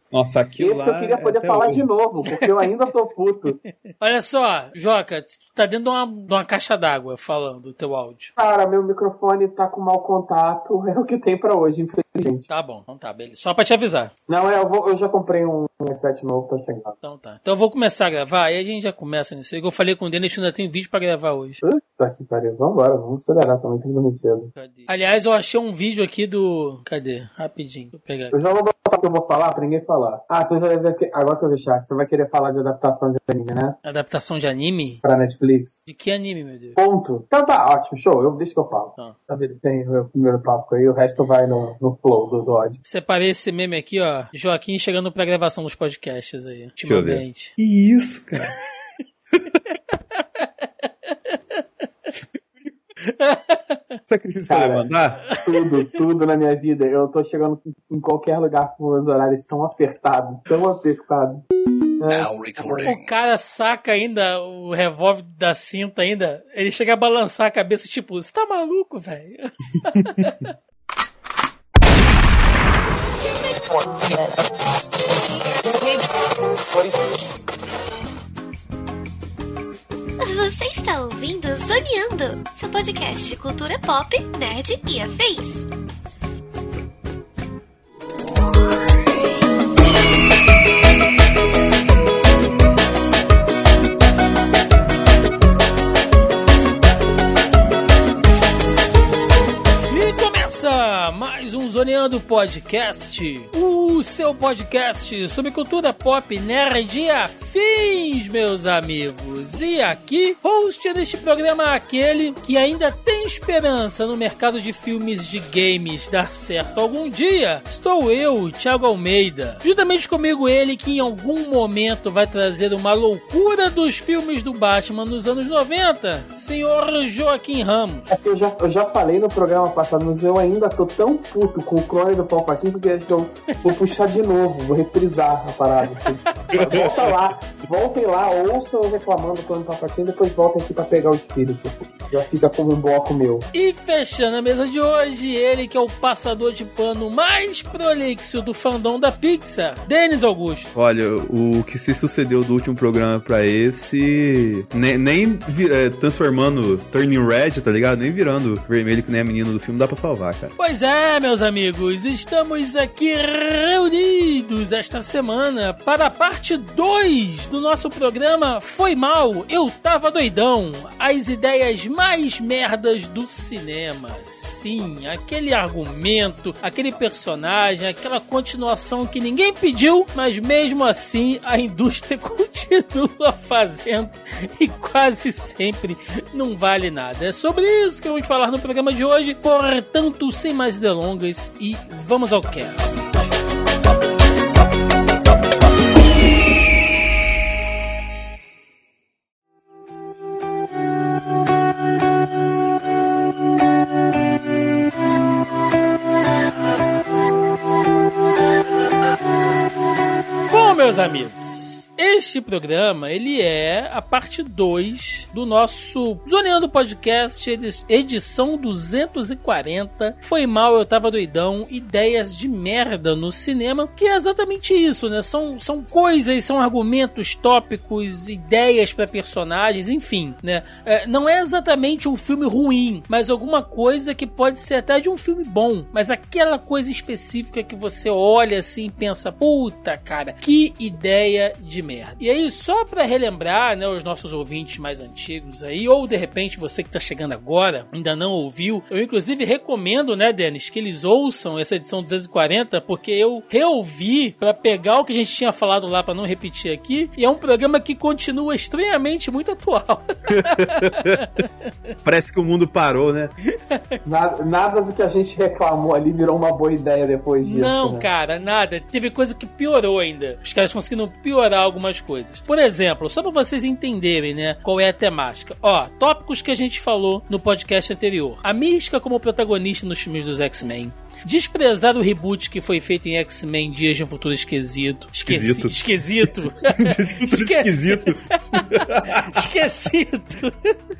Nossa, aquilo Esse eu queria poder falar de novo, porque eu ainda tô puto. Olha só, Joca, tu tá dentro de uma caixa d'água falando o teu áudio. Cara, meu microfone tá com mau contato, é o que tem pra hoje, infelizmente. Tá bom, então tá, beleza. Só pra te avisar. Não, eu já comprei um headset novo, tá chegando. Então tá. Então eu vou começar a gravar, aí a gente já começa nisso aí. Eu falei com o Denis, ainda tem vídeo pra gravar hoje. Puta que pariu. Vambora, vamos acelerar também, tem que dormir cedo. Cadê? Aliás, eu achei um vídeo aqui do... Cadê? Rapidinho, deixa eu pegar aqui. Eu já vou botar o que eu vou falar pra ninguém falar. Ah, tu já deve... Agora que eu vi chat, você vai querer falar de adaptação de anime, né? Adaptação de anime? Pra Netflix. De que anime, meu Deus? Ponto. Então tá, ótimo, show. Deixa que eu falo. Tá vendo? Tem o primeiro papo aí, o resto vai no flow do ódio. Separei esse meme aqui, ó. Joaquim chegando pra gravação dos podcasts aí, ultimamente. Que isso, cara? Sacrifício pra levantar? Tudo na minha vida. Eu tô chegando em qualquer lugar com os horários tão apertados. O cara saca ainda o revólver da cinta ainda. Ele chega a balançar a cabeça, tipo, você tá maluco, velho? Você está ouvindo Zoneando, seu podcast de cultura pop, nerd e afins. Mais um Zoneando Podcast, o seu podcast sobre cultura pop, nerd e afins, meus amigos. E aqui, host deste programa é aquele que ainda tem esperança no mercado de filmes de games dar certo algum dia. Estou eu, Thiago Almeida. Juntamente comigo ele que em algum momento vai trazer uma loucura dos filmes do Batman nos anos 90, senhor Joaquim Ramos. É que eu já falei no programa passado, mas eu ainda tô tão puto com o clone do Palpatine porque acho que eu vou puxar de novo, vou reprisar a parada. Voltem lá, ouçam eu reclamando do clone do Palpatine e depois voltem aqui pra pegar o espírito. Já fica como um bloco meu. E fechando a mesa de hoje, ele que é o passador de pano mais prolixo do fandom da Pixar, Denis Augusto. Olha, o que se sucedeu do último programa pra esse, nem transformando Turning Red, tá ligado? Nem virando vermelho que nem a menina do filme, dá pra salvar, cara. Pois é, meus amigos, estamos aqui reunidos esta semana para a parte 2 do nosso programa Foi Mal, Eu Tava Doidão, as ideias mais merdas do cinema. Sim, aquele argumento, aquele personagem, aquela continuação que ninguém pediu, mas mesmo assim a indústria continua fazendo e quase sempre não vale nada. É sobre isso que vamos falar no programa de hoje, portanto, sem mais delongas, e vamos ao cast. Bom, meus amigos, este programa, ele é a parte 2 do nosso Zoneando Podcast, edição 240. Foi mal, eu tava doidão, ideias de merda no cinema, que é exatamente isso, né? São coisas, são argumentos, tópicos, ideias pra personagens, enfim, né? Não é exatamente um filme ruim, mas alguma coisa que pode ser até de um filme bom, mas aquela coisa específica que você olha assim e pensa, puta, cara, que ideia de merda. E aí, só pra relembrar, né, os nossos ouvintes mais antigos aí, ou de repente você que tá chegando agora, ainda não ouviu, eu inclusive recomendo, né, Denis, que eles ouçam essa edição 240, porque eu reouvi pra pegar o que a gente tinha falado lá pra não repetir aqui, e é um programa que continua estranhamente muito atual. Parece que o mundo parou, né? Nada do que a gente reclamou ali virou uma boa ideia depois disso. Não, né? cara, nada. Teve coisa que piorou ainda. Os caras conseguiram piorar algumas coisas. Por exemplo, só pra vocês entenderem, né, qual é a temática. Ó, tópicos que a gente falou no podcast anterior. A Mística como protagonista nos filmes dos X-Men. Desprezar o reboot que foi feito em X-Men Dias de um Futuro Esquisito. Esquisito. Esquisito. Esquecido.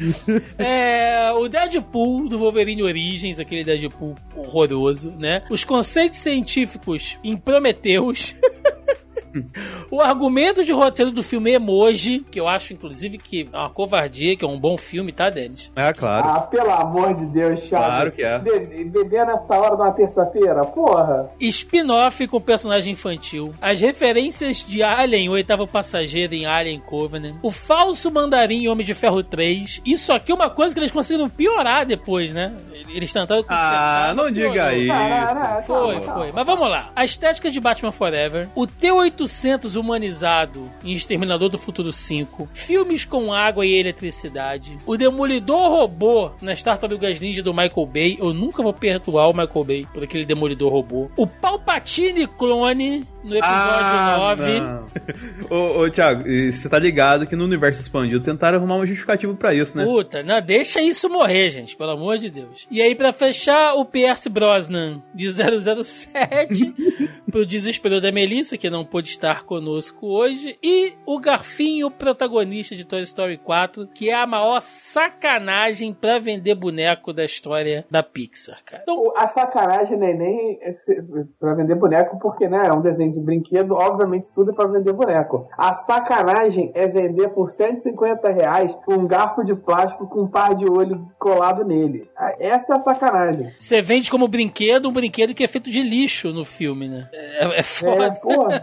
O Deadpool do Wolverine Origins, aquele Deadpool horroroso, né? Os conceitos científicos em Prometheus. O argumento de roteiro do filme Emoji, que eu acho, inclusive, que é uma covardia, que é um bom filme, tá, Denis? É, claro. Ah, pelo amor de Deus, Thiago. Claro que é. Beber nessa hora de uma terça-feira, porra. Spin-off com personagem infantil. As referências de Alien, o oitavo passageiro em Alien Covenant. O falso mandarim em Homem de Ferro 3. Isso aqui é uma coisa que eles conseguiram piorar depois, né? Eles tentaram consertar. Ah, não diga isso. Foi. Mas vamos lá. A estética de Batman Forever. O T-800 humanizado em Exterminador do Futuro 5. Filmes com água e eletricidade. O Demolidor Robô nas Tartarugas Ninja do Michael Bay. Eu nunca vou perdoar o Michael Bay por aquele Demolidor Robô. O Palpatine clone no episódio 9. Ô, Thiago, você tá ligado que no universo expandido tentaram arrumar um justificativo pra isso, né? Puta, não, deixa isso morrer, gente, pelo amor de Deus. E aí, pra fechar, o Pierce Brosnan de 007 pro desespero da Melissa, que não pôde estar conosco hoje, e o Garfinho, protagonista de Toy Story 4, que é a maior sacanagem pra vender boneco da história da Pixar, cara. Então, a sacanagem não é nem pra vender boneco, porque, né, é um desenho de brinquedo, obviamente tudo é pra vender boneco. A sacanagem é vender por R$150 um garfo de plástico com um par de olho colado nele. Essa é a sacanagem. Você vende como brinquedo um brinquedo que é feito de lixo no filme, né? É foda. Porra.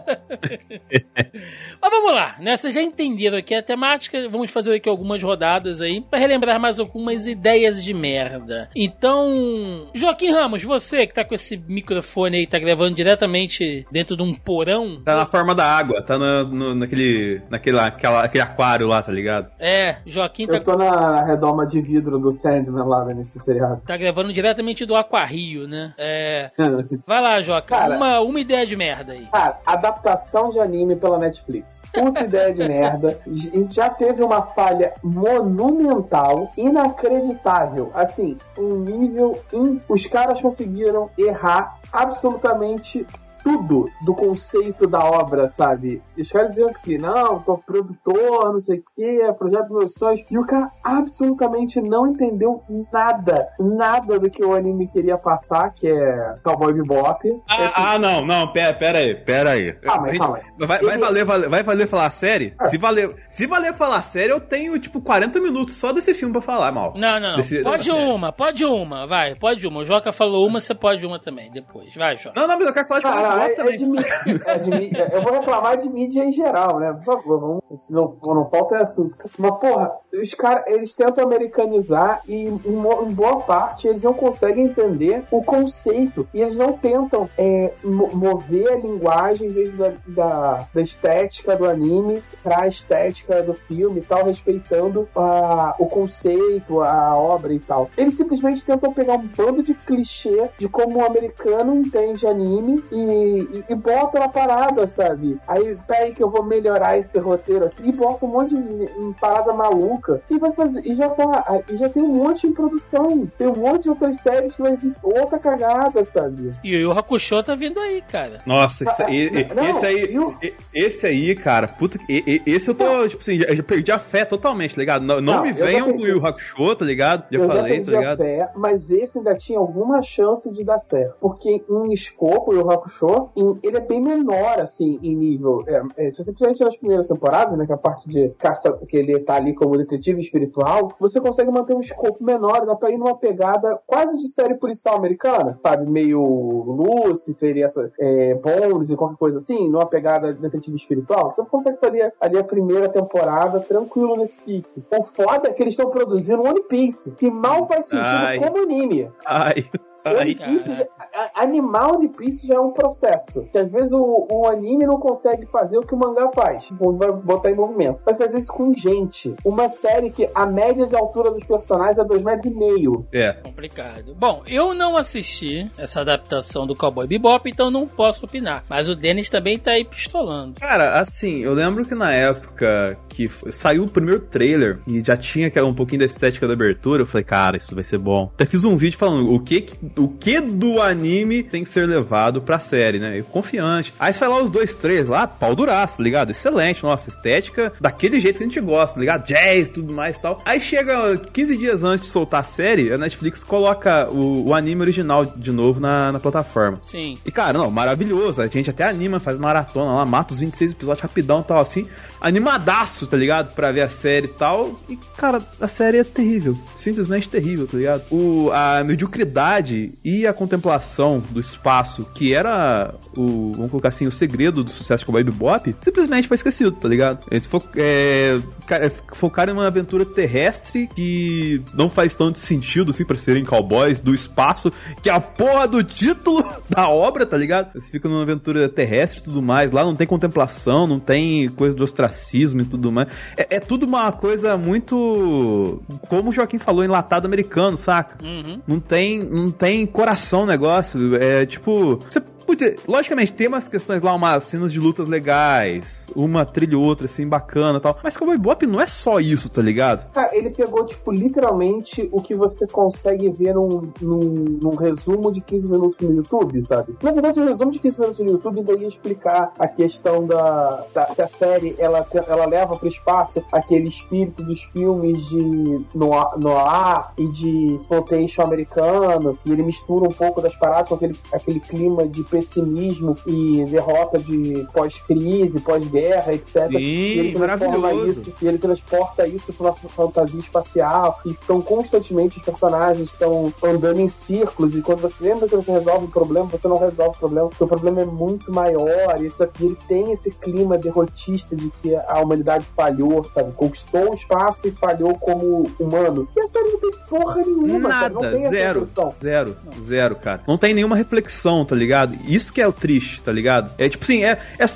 Mas vamos lá, né? Vocês já entenderam aqui a temática. Vamos fazer aqui algumas rodadas aí pra relembrar mais algumas ideias de merda. Então, Joaquim Ramos, você que tá com esse microfone aí, tá gravando diretamente dentro de um porão. Tá na forma da água, tá naquele aquário lá, tá ligado? É, Joaquim tá... Eu tô na redoma de vidro do Sandman lá nesse seriado. Tá gravando diretamente do Aquarrio, né? Vai lá, Joaquim, cara, uma ideia de merda aí. Cara, adaptação de anime pela Netflix. Puta ideia de merda. Já teve uma falha monumental, inacreditável. Assim, um nível... Os caras conseguiram errar absolutamente tudo do conceito da obra, sabe? E os caras diziam que não, tô produtor, não sei o que, é projeto dos meus sonhos. E o cara absolutamente não entendeu nada do que o anime queria passar, que é Cowboy Bebop. Não, pera aí. Calma aí. Vai valer falar série? Se valer falar série, eu tenho, 40 minutos só desse filme pra falar, mal. Não. Pode uma. O Joca falou uma, você pode uma também, depois. Vai, Joca. Não, mas eu quero falar de eu vou reclamar de mídia em geral, né? Por favor, não falta assunto. Mas, porra, os caras, eles tentam americanizar e em boa parte eles não conseguem entender o conceito. E eles não tentam mover a linguagem em vez da estética do anime pra estética do filme e tal, respeitando o conceito, a obra e tal. Eles simplesmente tentam pegar um bando de clichê de como o americano entende anime e bota na parada, sabe? Aí, peraí que eu vou melhorar esse roteiro aqui e bota um monte de parada maluca e vai fazer, e já tem um monte em produção, tem um monte de outras séries que vai vir outra cagada, sabe? E o Yu Hakusho tá vindo aí, cara. Nossa, esse aí, cara, puta, esse eu tô, já perdi a fé totalmente, tá ligado? Não me venham com o Yu Hakusho, tá ligado? Já perdi a fé, mas esse ainda tinha alguma chance de dar certo, porque em escopo, o Yu Hakusho, ele é bem menor, assim, em nível. Se você principalmente nas primeiras temporadas, né, que a parte de caça, que ele tá ali como detetive espiritual, você consegue manter um escopo menor, dá pra ir numa pegada quase de série policial americana, sabe? Meio Lucifer e Bones e qualquer coisa assim, numa pegada de detetive espiritual. Você consegue fazer ali a primeira temporada tranquilo nesse pique. O foda é que eles estão produzindo One Piece, que mal faz sentido como anime. Animar One Piece já é um processo. Que às vezes o anime não consegue fazer o que o mangá faz. Vai botar em movimento. Vai fazer isso com gente. Uma série que a média de altura dos personagens é 2,5 metros. É. Complicado. Bom, eu não assisti essa adaptação do Cowboy Bebop, então não posso opinar. Mas o Denis também tá aí pistolando. Cara, assim, eu lembro que na época que saiu o primeiro trailer e já tinha um pouquinho da estética da abertura, eu falei, cara, isso vai ser bom. Até fiz um vídeo falando o que do anime tem que ser levado pra série, né? Eu confiante. Aí sai lá os 2 trailers lá, pau duraço, tá ligado? Excelente, nossa, estética daquele jeito que a gente gosta, tá ligado? Jazz, tudo mais e tal. Aí chega 15 dias antes de soltar a série, a Netflix coloca o anime original de novo na plataforma. Sim. E, cara, não, maravilhoso. A gente até anima, faz maratona lá, mata os 26 episódios rapidão e tal, assim. Animadaço, tá ligado? Pra ver a série e tal. E, cara, a série é terrível. Simplesmente terrível, tá ligado? A mediocridade e a contemplação do espaço, que era vamos colocar assim, o segredo do sucesso de Cowboy Bebop, simplesmente foi esquecido, tá ligado? Eles focaram em uma aventura terrestre que não faz tanto sentido, assim, pra serem cowboys do espaço, que é a porra do título da obra, tá ligado? Eles ficam numa aventura terrestre e tudo mais. Lá não tem contemplação, não tem coisa do ostracismo e tudo mais. É tudo uma coisa muito... Como o Joaquim falou, enlatado americano, saca? Uhum. Não tem coração o negócio. É tipo... Logicamente, tem umas questões lá, umas cenas de lutas legais, uma trilha ou outra, assim, bacana e tal. Mas Cowboy Bebop não é só isso, tá ligado? Cara, ele pegou, tipo, literalmente o que você consegue ver num resumo de 15 minutos no YouTube, sabe? Na verdade, o resumo de 15 minutos no YouTube ainda ia explicar a questão que a série, ela leva pro espaço aquele espírito dos filmes de noir e de exploitation americano, e ele mistura um pouco das paradas com aquele clima de pessimismo e derrota de pós-crise, pós-guerra, etc. Sim, e ele transporta isso para uma fantasia espacial, e então constantemente os personagens estão andando em círculos, e quando você lembra que você resolve o problema, você não resolve o problema, porque o problema é muito maior, e etc. E ele tem esse clima derrotista de que a humanidade falhou, sabe? Conquistou o espaço e falhou como humano. E a série não tem porra nenhuma, nada, cara. Não tem zero, cara. Não tem nenhuma reflexão, tá ligado? Isso que é o triste, tá ligado? É tipo assim,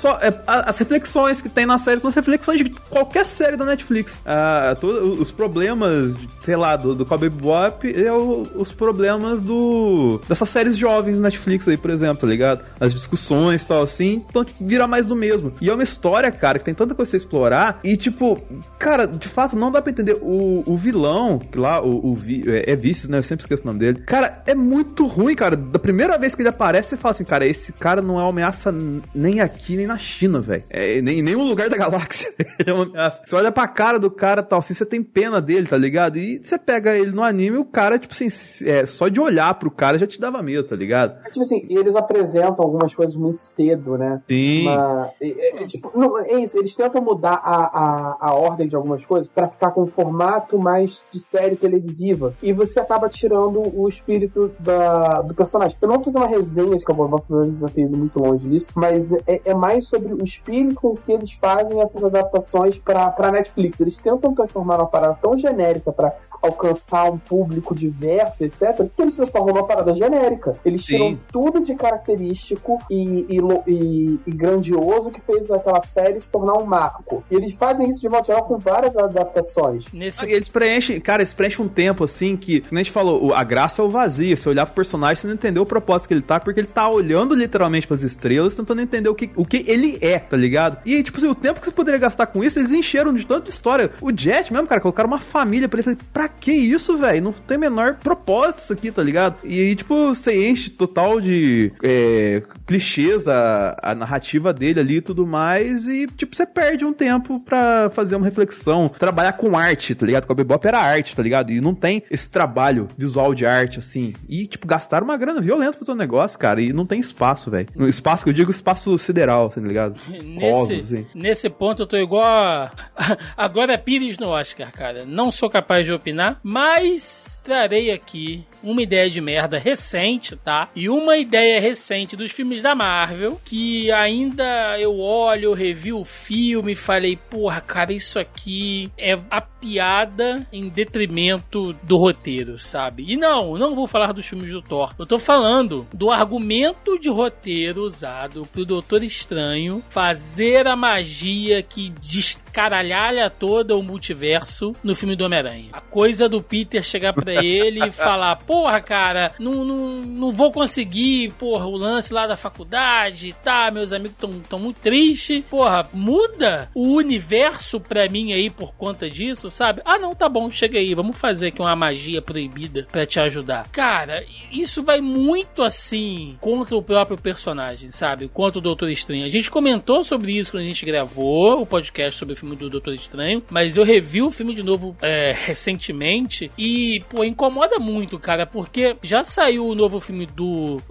as reflexões que tem na série são as reflexões de qualquer série da Netflix. Os problemas, sei lá, do Cowboy Bebop é os problemas dessas séries jovens da Netflix aí, por exemplo, tá ligado? As discussões e tal, assim, então vira mais do mesmo. E é uma história, cara, que tem tanta coisa pra você explorar e, tipo, cara, de fato, não dá pra entender. O vilão, que lá, é Vícios, né? Eu sempre esqueço o nome dele. Cara, é muito ruim, cara. Da primeira vez que ele aparece, você fala assim, cara, esse cara não é uma ameaça nem aqui, nem na China, velho. Nem em nenhum lugar da galáxia. Ele é uma ameaça. Você olha pra cara do cara e tal, assim, você tem pena dele, tá ligado? E você pega ele no anime, o cara, tipo assim, só de olhar pro cara já te dava medo, tá ligado? Tipo assim, eles apresentam algumas coisas muito cedo, né? Sim. Tipo, não, é isso, eles tentam mudar a ordem de algumas coisas pra ficar com um formato mais de série televisiva. E você acaba tirando o espírito do personagem. Eu não vou fazer uma resenha de Cowboy Bebop, eu já tenho ido muito longe disso, mas é mais sobre o espírito com que eles fazem essas adaptações pra Netflix. Eles tentam transformar uma parada tão genérica pra alcançar um público diverso, etc., que eles transformam uma parada genérica. Eles tiram tudo de característico e grandioso que fez aquela série se tornar um marco. E eles fazem isso de modo geral com várias adaptações. Eles preenchem um tempo, assim, que, como a gente falou, a graça é o vazio. Se olhar pro personagem, você não entendeu o propósito que ele tá, porque ele tá olhando literalmente pras estrelas, tentando entender o que ele é, tá ligado? E, tipo assim, o tempo que você poderia gastar com isso, eles encheram de tanta história. O Jet mesmo, cara, colocaram uma família pra ele. Falei, pra que isso, velho? Não tem menor propósito isso aqui, tá ligado? E aí, tipo, você enche total de clichês a narrativa dele ali e tudo mais, e, tipo, você perde um tempo pra fazer uma reflexão, trabalhar com arte, tá ligado? Cowboy Bebop era arte, tá ligado? E não tem esse trabalho visual de arte, assim. E, tipo, gastaram uma grana violenta pra fazer um negócio, cara, e não tem espaço, velho. No espaço que eu digo, espaço sideral, tá ligado? Nesse ponto eu tô igual agora Pires no Oscar, cara. Não sou capaz de opinar, mas trarei aqui uma ideia de merda recente, tá? E uma ideia recente dos filmes da Marvel, que ainda eu olho, review o filme e falei, porra, cara, isso aqui é a piada em detrimento do roteiro, sabe? E não vou falar dos filmes do Thor. Eu tô falando do argumento de roteiro usado pro Doutor Estranho fazer a magia que descaralhalha todo o multiverso no filme do Homem-Aranha. A coisa do Peter chegar pra ele e falar, porra, cara, não vou conseguir, porra, o lance lá da faculdade, tá, meus amigos tão muito tristes, porra, muda o universo pra mim aí por conta disso, sabe? Ah, não, tá bom, chega aí, vamos fazer aqui uma magia proibida pra te ajudar. Cara, isso vai muito assim contra o próprio personagem, sabe? Contra o Doutor Estranho. A gente comentou sobre isso quando a gente gravou o podcast sobre o filme do Doutor Estranho, mas eu revi o filme de novo recentemente e, pô, incomoda muito, cara, porque já saiu o novo filme do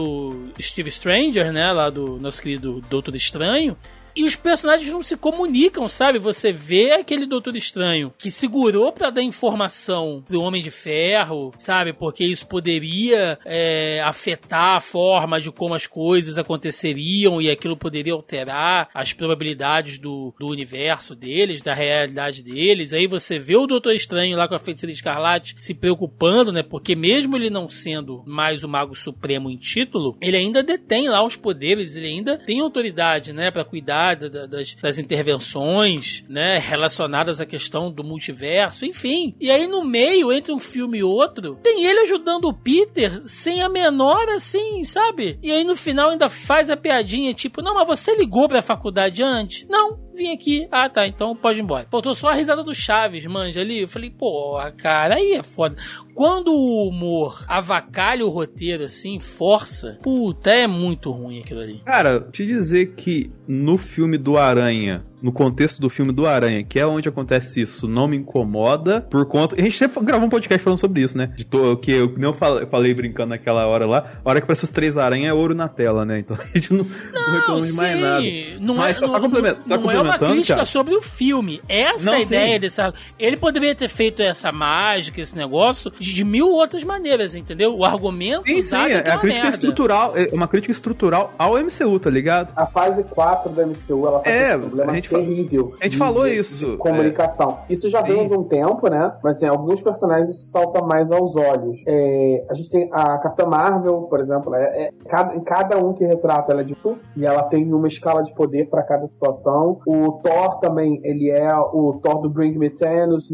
Steve Stranger, né? Lá do nosso querido Doutor Estranho. E os personagens não se comunicam, sabe? Você vê aquele Doutor Estranho que segurou pra dar informação pro Homem de Ferro, sabe? Porque isso poderia afetar a forma de como as coisas aconteceriam e aquilo poderia alterar as probabilidades do universo deles, da realidade deles. Aí você vê o Doutor Estranho lá com a Feiticeira Escarlate se preocupando, né? Porque mesmo ele não sendo mais o Mago Supremo em título, ele ainda detém lá os poderes, ele ainda tem autoridade, né? Pra cuidar das intervenções, né, relacionadas à questão do multiverso, enfim. E aí no meio, entre um filme e outro, tem ele ajudando o Peter sem a menor, assim, sabe? E aí no final ainda faz a piadinha, tipo, não, mas você ligou pra faculdade antes? Não, vim aqui. Ah, tá, então pode ir embora. Faltou só a risada do Chaves, manja, ali. Eu falei, porra, cara, aí é foda. Quando o humor avacalha o roteiro, assim, força, puta, é muito ruim aquilo ali. Cara, te dizer que no filme do Aranha, no contexto do filme do Aranha, que é onde acontece isso, não me incomoda por conta... A gente sempre gravou um podcast falando sobre isso, né? Que eu falei brincando naquela hora lá, a hora que aparece os 3 aranhas é ouro na tela, né? Então a gente não reclama de mais nada. Mas só complementando, não é uma crítica, cara, sobre o filme. Essa não, ideia sim. dessa... Ele poderia ter feito essa mágica, esse negócio, de 1000 outras maneiras, entendeu? O argumento... Sim, é a crítica estrutural, é uma crítica estrutural ao MCU, tá ligado? A fase 4 do MCU, ela tá com um problema terrível. A gente falou isso. De comunicação. Isso já vem de um tempo, né? Mas assim, alguns personagens isso salta mais aos olhos. A gente tem a Capitã Marvel, por exemplo, cada um que retrata ela é de tudo, e ela tem uma escala de poder pra cada situação. O Thor também, ele é o Thor do Bring Me Thanos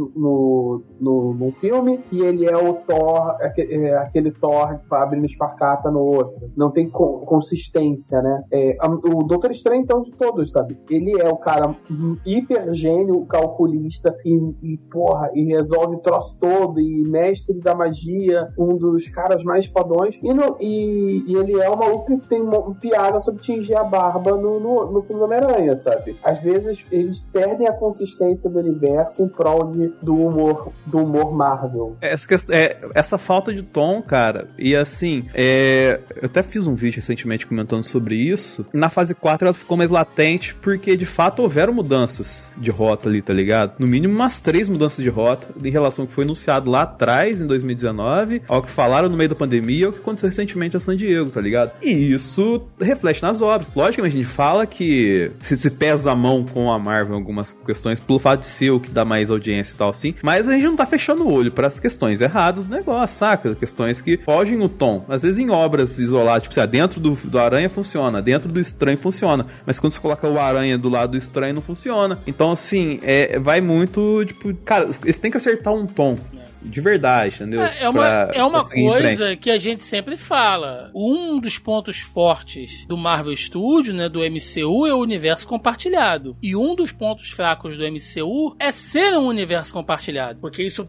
no filme, e ele é o Thor, aquele Thor abrindo esparcata no outro. Não tem consistência, né? O Doutor Estranho, então, de todos, sabe? Ele é o cara hiper gênio, calculista e resolve o troço todo, e mestre da magia, um dos caras mais fodões, e ele é o maluco que tem uma piada sobre tingir a barba no filme do Homem-Aranha, sabe? Às vezes eles perdem a consistência do universo em prol do humor Marvel. Essa falta de tom, cara, e assim, eu até fiz um vídeo recentemente comentando sobre isso. Na fase 4 ela ficou mais latente porque de fato houveram mudanças de rota ali, tá ligado? No mínimo umas 3 mudanças de rota em relação ao que foi anunciado lá atrás, em 2019, ao que falaram no meio da pandemia, ao que aconteceu recentemente a San Diego, tá ligado? E isso reflete nas obras. Logicamente, a gente fala que se pesa a mão com a Marvel em algumas questões, pelo fato de ser o que dá mais audiência e tal assim, mas a gente não tá fechando o olho para as questões erradas do negócio, saca? Questões que fogem o tom. Às vezes em obras isoladas, tipo, dentro do Aranha funciona, dentro do Estranho funciona, mas quando você coloca o Aranha do lado do Estranho não funciona. Então, assim, vai muito, tipo, cara, eles têm que acertar um tom. De verdade, entendeu? É uma coisa que a gente sempre fala. Um dos pontos fortes do Marvel Studios, né, do MCU, é o universo compartilhado. E um dos pontos fracos do MCU é ser um universo compartilhado. Porque isso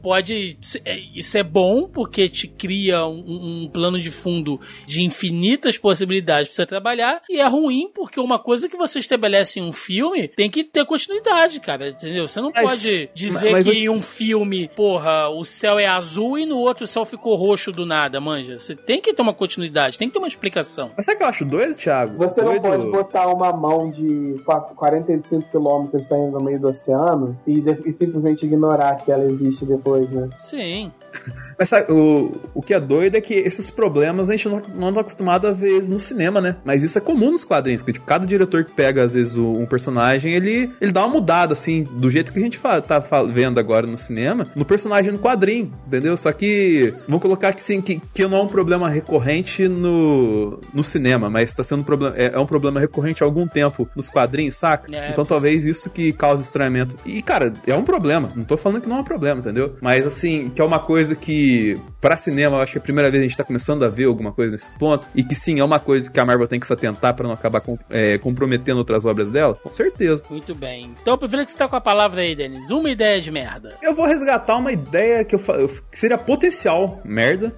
é bom, porque te cria um plano de fundo de infinitas possibilidades pra você trabalhar. E é ruim, porque uma coisa que você estabelece em um filme tem que ter continuidade, cara, entendeu? Você não pode dizer que em um filme, porra, o céu é azul e no outro o céu ficou roxo do nada, manja. Você tem que ter uma continuidade, tem que ter uma explicação. Mas sabe o que eu acho doido, Thiago? Você não pode botar uma mão de 45 km saindo no meio do oceano e simplesmente ignorar que ela existe depois, né? Sim. Mas sabe, o que é doido é que esses problemas a gente não tá acostumado a ver no cinema, né? Mas isso é comum nos quadrinhos, que tipo, cada diretor que pega, às vezes, um personagem, ele dá uma mudada, assim, do jeito que a gente tá vendo agora no cinema, no personagem no quadrinho, entendeu? Só que, vamos colocar que sim, que não é um problema recorrente no cinema, mas tá sendo um problema, é um problema recorrente há algum tempo nos quadrinhos, saca? Então talvez isso que causa estranhamento. E, cara, é um problema, não tô falando que não é um problema, entendeu? Mas, assim, que é uma coisa coisa que, pra cinema, eu acho que é a primeira vez que a gente tá começando a ver alguma coisa nesse ponto, e que sim, é uma coisa que a Marvel tem que se atentar pra não acabar comprometendo outras obras dela, com certeza. Muito bem. Então, eu prefiro que você tá com a palavra aí, Denis. Uma ideia de merda. Eu vou resgatar uma ideia que seria potencial merda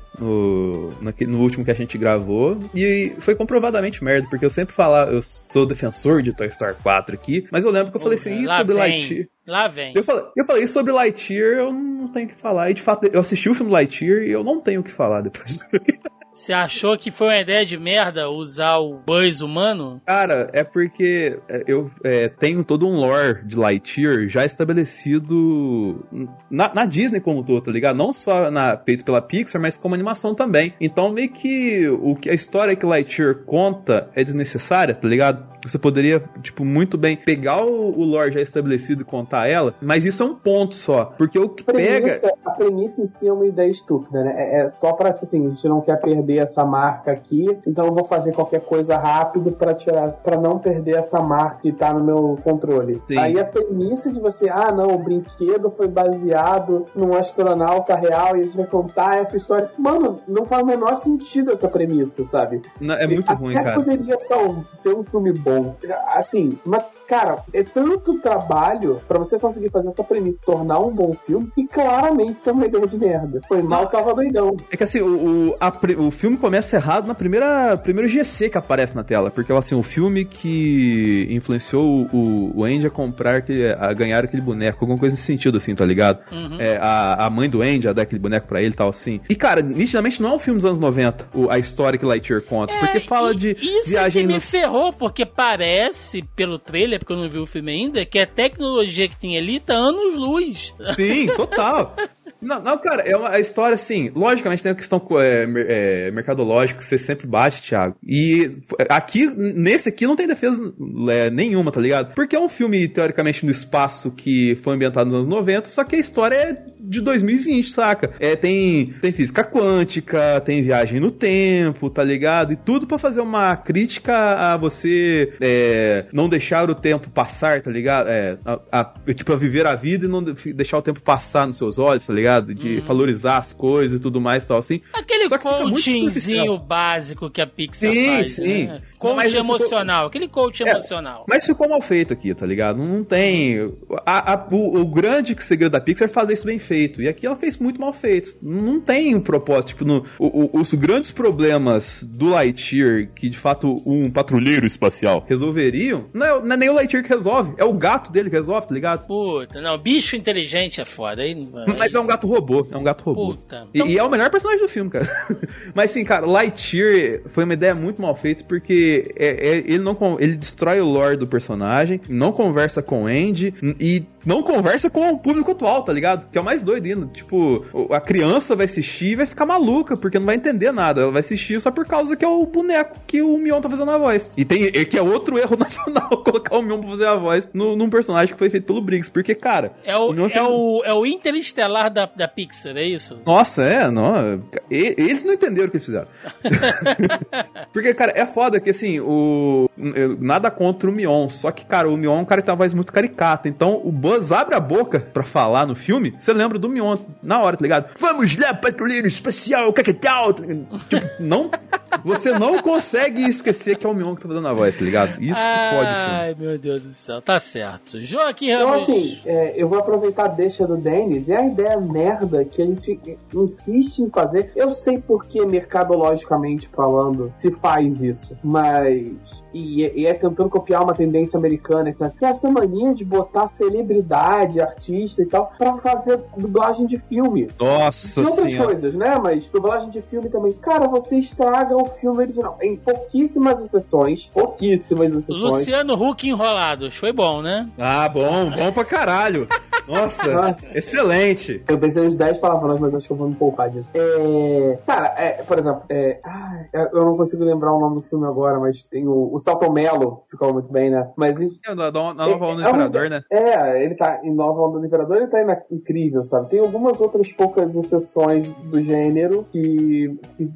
no último que a gente gravou, e foi comprovadamente merda, porque eu sempre falava, eu sou defensor de Toy Story 4 aqui, mas eu lembro que eu falei assim, isso sobre Lightyear. Lá vem. Eu falei, isso sobre Lightyear eu não tenho o que falar, e de fato eu assisti o filme Lightyear e eu não tenho o que falar depois. Você achou que foi uma ideia de merda usar o Buzz humano? Cara, é porque eu tenho todo um lore de Lightyear já estabelecido na Disney como todo, tá ligado? Não só feito pela Pixar, mas como animação também. Então meio que a história que Lightyear conta é desnecessária, tá ligado? Você poderia, tipo, muito bem pegar o lore já estabelecido e contar ela, mas isso é um ponto só. Porque o que A premissa em si é uma ideia estúpida, né? É só pra, tipo assim, a gente não quer perder essa marca aqui, então eu vou fazer qualquer coisa rápido pra não perder essa marca que tá no meu controle. Sim. Aí a premissa de você, o brinquedo foi baseado num astronauta real e a gente vai contar essa história. Mano, não faz o menor sentido essa premissa, sabe? Não, é muito ruim, cara. Poderia ser um filme bom. Assim, mas, cara, é tanto trabalho pra você conseguir fazer essa premissa tornar um bom filme que claramente isso é uma ideia de merda. Foi mal, tava doidão. É que assim, o filme começa errado na primeiro GC que aparece na tela, porque assim, o filme que influenciou o Andy a ganhar aquele boneco, alguma coisa nesse sentido, assim, tá ligado? Uhum. A mãe do Andy a dar aquele boneco pra ele e tal, assim. E, cara, nitidamente não é um filme dos anos 90, a história que Lightyear conta, porque fala de viagem... Isso me ferrou, porque parece, pelo trailer, porque eu não vi o filme ainda, que a tecnologia que tem ali tá anos-luz. Sim, total. Não, cara, a história, assim, logicamente tem a questão mercadológica que você sempre bate, Thiago. E nesse aqui não tem defesa nenhuma, tá ligado? Porque é um filme, teoricamente, no espaço que foi ambientado nos anos 90, só que a história é de 2020, saca? Tem física quântica, tem viagem no tempo, tá ligado? E tudo pra fazer uma crítica a você não deixar o tempo passar, tá ligado? Tipo, a viver a vida e não deixar o tempo passar nos seus olhos, tá ligado? De valorizar as coisas e tudo mais e tal, assim. Aquele coachingzinho básico que a Pixar faz, sim. Né? Coach emocional, aquele coach emocional. Mas ficou mal feito aqui, tá ligado? Não tem... O grande segredo da Pixar é fazer isso bem feito. E aqui ela fez muito mal feito. Não tem um propósito. Tipo, os grandes problemas do Lightyear, que de fato um patrulheiro espacial resolveriam, não é nem o Lightyear que resolve, é o gato dele que resolve, tá ligado? Puta, não, bicho inteligente é foda. Mas é um gato robô. Puta. E é o melhor personagem do filme, cara. Mas sim, cara, Lightyear foi uma ideia muito mal feita, porque ele destrói o lore do personagem, não conversa com o Andy e não conversa com o público atual, tá ligado? Que é o mais doido ainda. Tipo, a criança vai assistir e vai ficar maluca, porque não vai entender nada. Ela vai assistir só por causa que é o boneco que o Mion tá fazendo a voz. E que é outro erro nacional colocar o Mion pra fazer a voz num personagem que foi feito pelo Briggs. Porque, cara... É o Interestelar da Pixar, é isso? Nossa, não. Eles não entenderam o que eles fizeram. Porque, cara, é foda que, assim, nada contra o Mion, só que, cara, o Mion é um cara que tem uma voz muito caricata. Então, o Buzz abre a boca pra falar no filme, você lembra do Mion na hora, tá ligado? Vamos lá, patrulheiro espacial, caquetal. Tipo, você não consegue esquecer que é o Mion que tá fazendo a voz, tá ligado? Isso que pode o filme. Ai, meu Deus do céu, tá certo. Joaquim Ramos. Então, assim, eu vou aproveitar a deixa do Denis, é a ideia merda que a gente insiste em fazer. Eu sei porque, mercadologicamente falando, se faz isso, mas... E é tentando copiar uma tendência americana, etc. Que é essa mania de botar celebridade, artista e tal, pra fazer dublagem de filme. Nossa e outras coisas, né? Mas dublagem de filme também. Cara, você estraga o filme original. Em pouquíssimas exceções. Luciano Huck Enrolados. Foi bom, né? Ah, bom pra caralho. Nossa, excelente. Eu pensei uns 10 palavrões, mas acho que eu vou me poupar disso. Cara, por exemplo, eu não consigo lembrar o nome do filme agora, mas tem o Selton Mello, ficou muito bem, né? Mas isso... Na Nova Onda do Imperador, né? Ele tá em Nova Onda do Imperador, ele tá incrível, sabe? Tem algumas outras poucas exceções do gênero que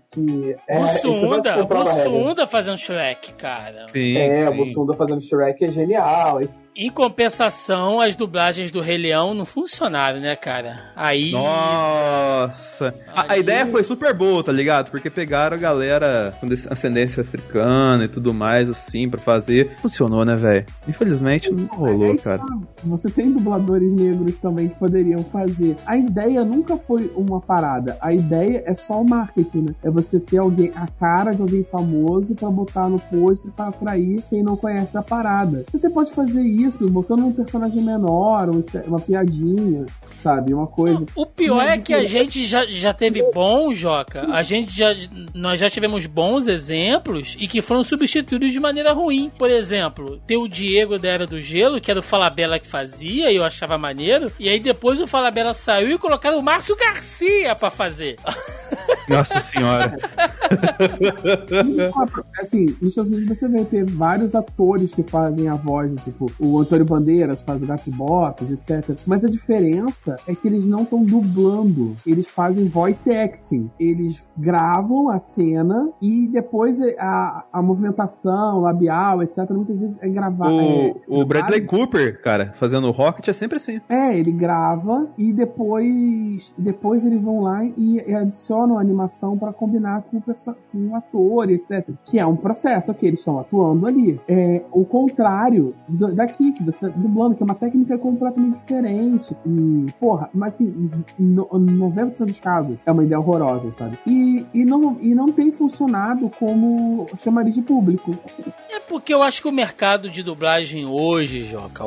Bussunda fazendo Shrek, cara. Sim. Bussunda fazendo Shrek é genial. Em compensação, as dublagens do Rei Leão Leão não funcionaram, né, cara? Aí... Nossa! A ideia foi super boa, tá ligado? Porque pegaram a galera com ascendência africana e tudo mais, assim, pra fazer. Funcionou, né, velho? Infelizmente não rolou, cara. Você tem dubladores negros também que poderiam fazer. A ideia nunca foi uma parada. A ideia é só o marketing, né? É você ter alguém, a cara de alguém famoso pra botar no pôster pra atrair quem não conhece a parada. Você até pode fazer isso botando um personagem menor, uma piadinha, sabe? Uma coisa. O pior é que a gente já teve bom, Joca. Nós já tivemos bons exemplos e que foram substituídos de maneira ruim. Por exemplo, tem o Diego da Era do Gelo, que era o Falabella que fazia, e eu achava maneiro. E aí depois o Falabella saiu e colocaram o Márcio Garcia pra fazer. Nossa senhora. Assim, nos Estados Unidos você vai ter vários atores que fazem a voz, tipo, o Antônio Bandeiras faz o Gato Botas, etc. Mas a diferença é que eles não estão dublando, eles fazem voice acting. Eles gravam a cena e depois a movimentação labial, etc. muitas vezes é gravar. O Bradley Cooper, cara, fazendo o Rocket é sempre assim. Ele grava e depois eles vão lá e adicionam a animação pra combinar com o ator, etc. Que é um processo, ok, eles estão atuando ali. É o contrário daqui, que você tá dublando, que é uma técnica completamente diferente. E, porra, mas assim, 90% dos casos é uma ideia horrorosa, sabe? E não tem funcionado como chamaria de público. É porque eu acho que o mercado de dublagem hoje, Joca,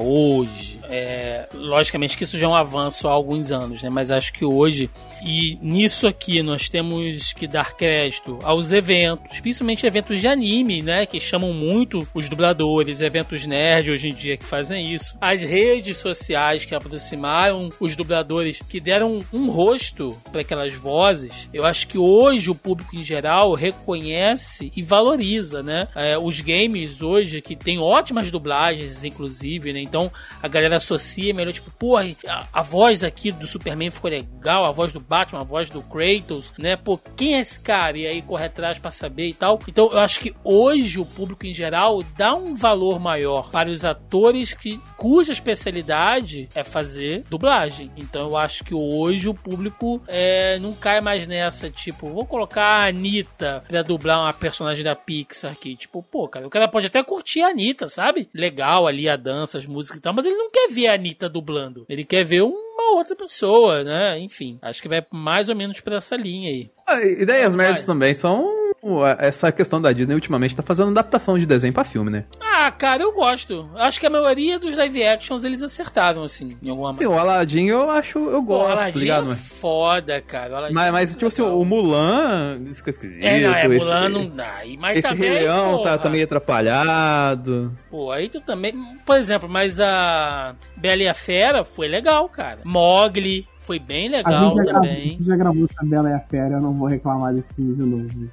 logicamente que isso já é um avanço há alguns anos, né? Mas acho que hoje, e nisso aqui nós temos que dar crédito aos eventos, principalmente eventos de anime, né? Que chamam muito os dubladores, eventos nerd hoje em dia que fazem isso. As redes sociais que aproximaram os dubladores, que deram um rosto para aquelas vozes. Eu acho que hoje o público em geral reconhece e valoriza, né? Os games hoje, que tem ótimas dublagens, inclusive, né? Então a galera associa melhor, tipo, porra, a voz aqui do Superman ficou legal, a voz do Batman, a voz do Kratos, né? Pô, quem é esse cara? E aí corre atrás pra saber e tal. Então eu acho que hoje o público em geral dá um valor maior para os atores cuja especialidade é fazer dublagem. Então eu acho que hoje o público não cai mais nessa, tipo, vou colocar a Anitta pra dublar uma personagem da Pixar aqui. Tipo, pô, cara, o cara pode até curtir a Anitta, sabe? Legal ali a dança, as músicas e tal, mas ele não quer ver a Anitta dublando. Ele quer ver uma outra pessoa, né? Enfim, acho que vai mais ou menos por essa linha aí. Ideias merdas também são essa questão da Disney ultimamente tá fazendo adaptação de desenho pra filme, né? Cara, eu gosto. Acho que a maioria dos live actions eles acertaram, assim, em alguma maneira. Sim, o Aladdin eu gosto, o Aladdin ligado? É foda, cara. Mas tipo assim, o Mulan, isso que é esquisito. Mulan não dá. Mas esse também, Rei Leão tá meio atrapalhado. Pô, aí tu também... Por exemplo, mas a Bela e a Fera foi legal, cara. Mogli... Foi bem legal também. A gente já gravou essa Bela e a Fera, eu não vou reclamar desse filme de novo.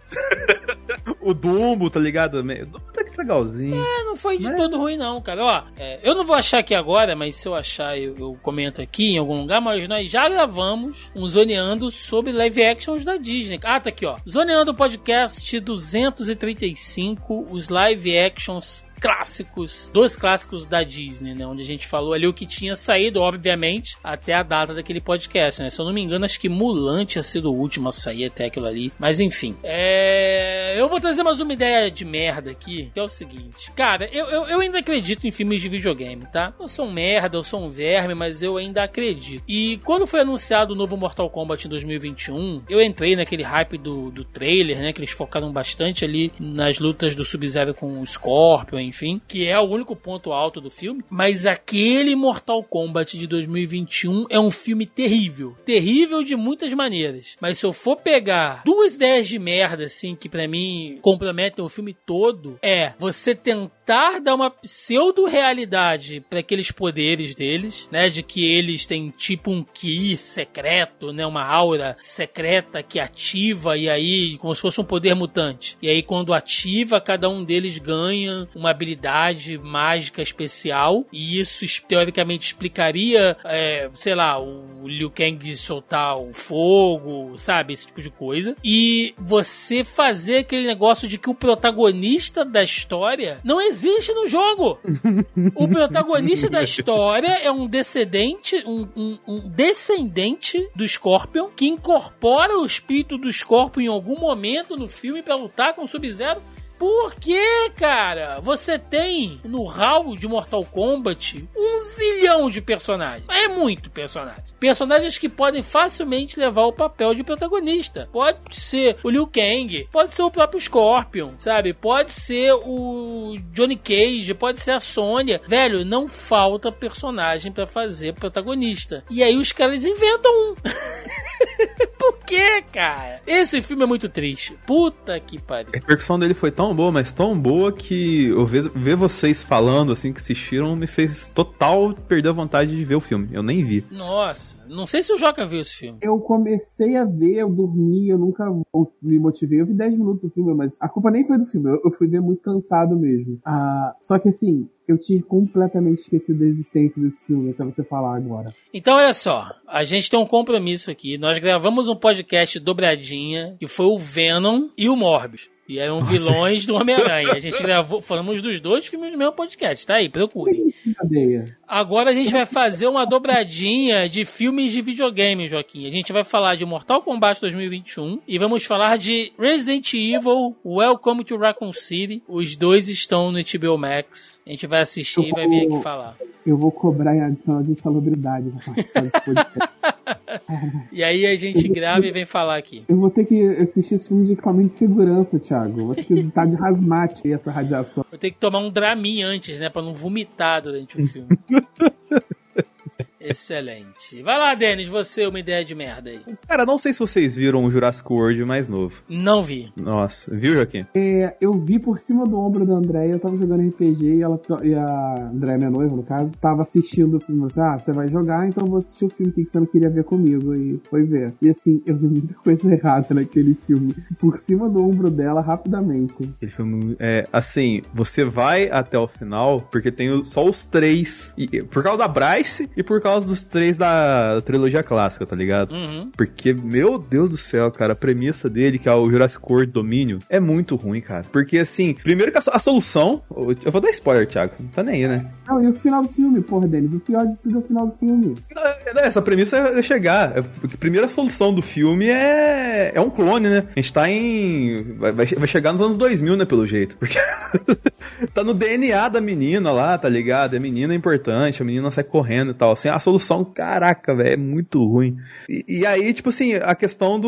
O Dumbo, tá ligado? O Dumbo tá que legalzinho. Não foi de todo ruim não, cara. Ó, eu não vou achar aqui agora, mas se eu achar, eu comento aqui em algum lugar, mas nós já gravamos um Zoneando sobre live actions da Disney. Tá aqui, ó. Zoneando Podcast 235, os live actions clássicos, 2 clássicos da Disney, né? Onde a gente falou ali o que tinha saído, obviamente, até a data daquele podcast, né? Se eu não me engano, acho que Mulan tinha sido o último a sair até aquilo ali. Mas enfim. Eu vou trazer mais uma ideia de merda aqui, que é o seguinte. Cara, eu ainda acredito em filmes de videogame, tá? Eu sou um merda, eu sou um verme, mas eu ainda acredito. E quando foi anunciado o novo Mortal Kombat em 2021, eu entrei naquele hype do trailer, né? Que eles focaram bastante ali nas lutas do Sub-Zero com o Scorpion, enfim, que é o único ponto alto do filme, mas aquele Mortal Kombat de 2021 é um filme terrível, terrível de muitas maneiras, mas se eu for pegar 2 ideias de merda, assim, que pra mim comprometem o filme todo, você tentar dar uma pseudo-realidade pra aqueles poderes deles, né, de que eles têm tipo um ki secreto, né, uma aura secreta que ativa, e aí, como se fosse um poder mutante, e aí quando ativa, cada um deles ganha uma habilidade mágica especial, e isso teoricamente explicaria, sei lá, o Liu Kang soltar o fogo, sabe, esse tipo de coisa, e você fazer aquele negócio de que o protagonista da história não existe existe no jogo. O protagonista da história é um descendente, um descendente do Scorpion que incorpora o espírito do Scorpion em algum momento no filme pra lutar com o Sub-Zero. Por que, cara? Você tem no HAL de Mortal Kombat 1 zilhão de personagens. É muito personagem. Personagens que podem facilmente levar o papel de protagonista. Pode ser o Liu Kang, pode ser o próprio Scorpion, sabe? Pode ser o Johnny Cage, pode ser a Sonya. Velho, não falta personagem pra fazer protagonista. E aí os caras inventam um. Por que, cara? Esse filme é muito triste. Puta que pariu. A repercussão dele foi tão boa, mas tão boa que eu ver vocês falando assim que assistiram me fez total perder a vontade de ver o filme. Eu nem vi. Nossa, não sei se o Joca viu esse filme. Eu comecei a ver, eu dormi, eu nunca me motivei. Eu vi 10 minutos do filme, mas a culpa nem foi do filme. Eu fui ver muito cansado mesmo. Só que assim, eu tinha completamente esquecido da existência desse filme até você falar agora. Então olha só, a gente tem um compromisso aqui. Nós gravamos um podcast dobradinha, que foi o Venom e o Morbius. E eram vilões do Homem-Aranha. A gente gravou, falamos dos dois filmes no mesmo podcast. Tá aí, procurem. Agora a gente vai fazer uma dobradinha de filmes de videogame, Joaquim. A gente vai falar de Mortal Kombat 2021 e vamos falar de Resident Evil, Welcome to Raccoon City. Os dois estão no HBO Max. A gente vai assistir e vai vir aqui falar. Eu vou cobrar em adicional de insalubridade pra participar desse podcast. E aí a gente grava e vem falar aqui. Eu vou ter que assistir esse filme de equipamento de segurança, Thiago. Vou ter que estar de hazmat aí, essa radiação. Vou ter que tomar um Dramin antes, né? Pra não vomitar durante o filme. Excelente. Vai lá, Denis, você, uma ideia de merda aí. Cara, não sei se vocês viram o Jurassic World mais novo. Não vi. Nossa, viu, Joaquim? Eu vi por cima do ombro da Andréia, eu tava jogando RPG e a Andréia, minha noiva, no caso, tava assistindo o filme. Você vai jogar, então eu vou assistir o filme que você não queria ver comigo. E foi ver. E assim, eu vi muita coisa errada naquele filme. Por cima do ombro dela, rapidamente. Aquele filme, assim, você vai até o final, porque tem só os 3, por causa da Bryce e por causa dos 3 da trilogia clássica, tá ligado? Uhum. Porque, meu Deus do céu, cara, a premissa dele, que é o Jurassic World Domínio, é muito ruim, cara. Porque, assim, primeiro que a solução... Eu vou dar spoiler, Thiago. Não tá nem aí, né? Não, e o final do filme, porra, Denis? O pior de tudo é o final do filme. Essa premissa é chegar. Porque a primeira solução do filme é um clone, né? A gente tá em... Vai chegar nos anos 2000, né, pelo jeito. Porque tá no DNA da menina lá, tá ligado? A menina é importante, a menina sai correndo e tal. Assim, a solução, caraca, velho, é muito ruim. E aí, tipo assim, a questão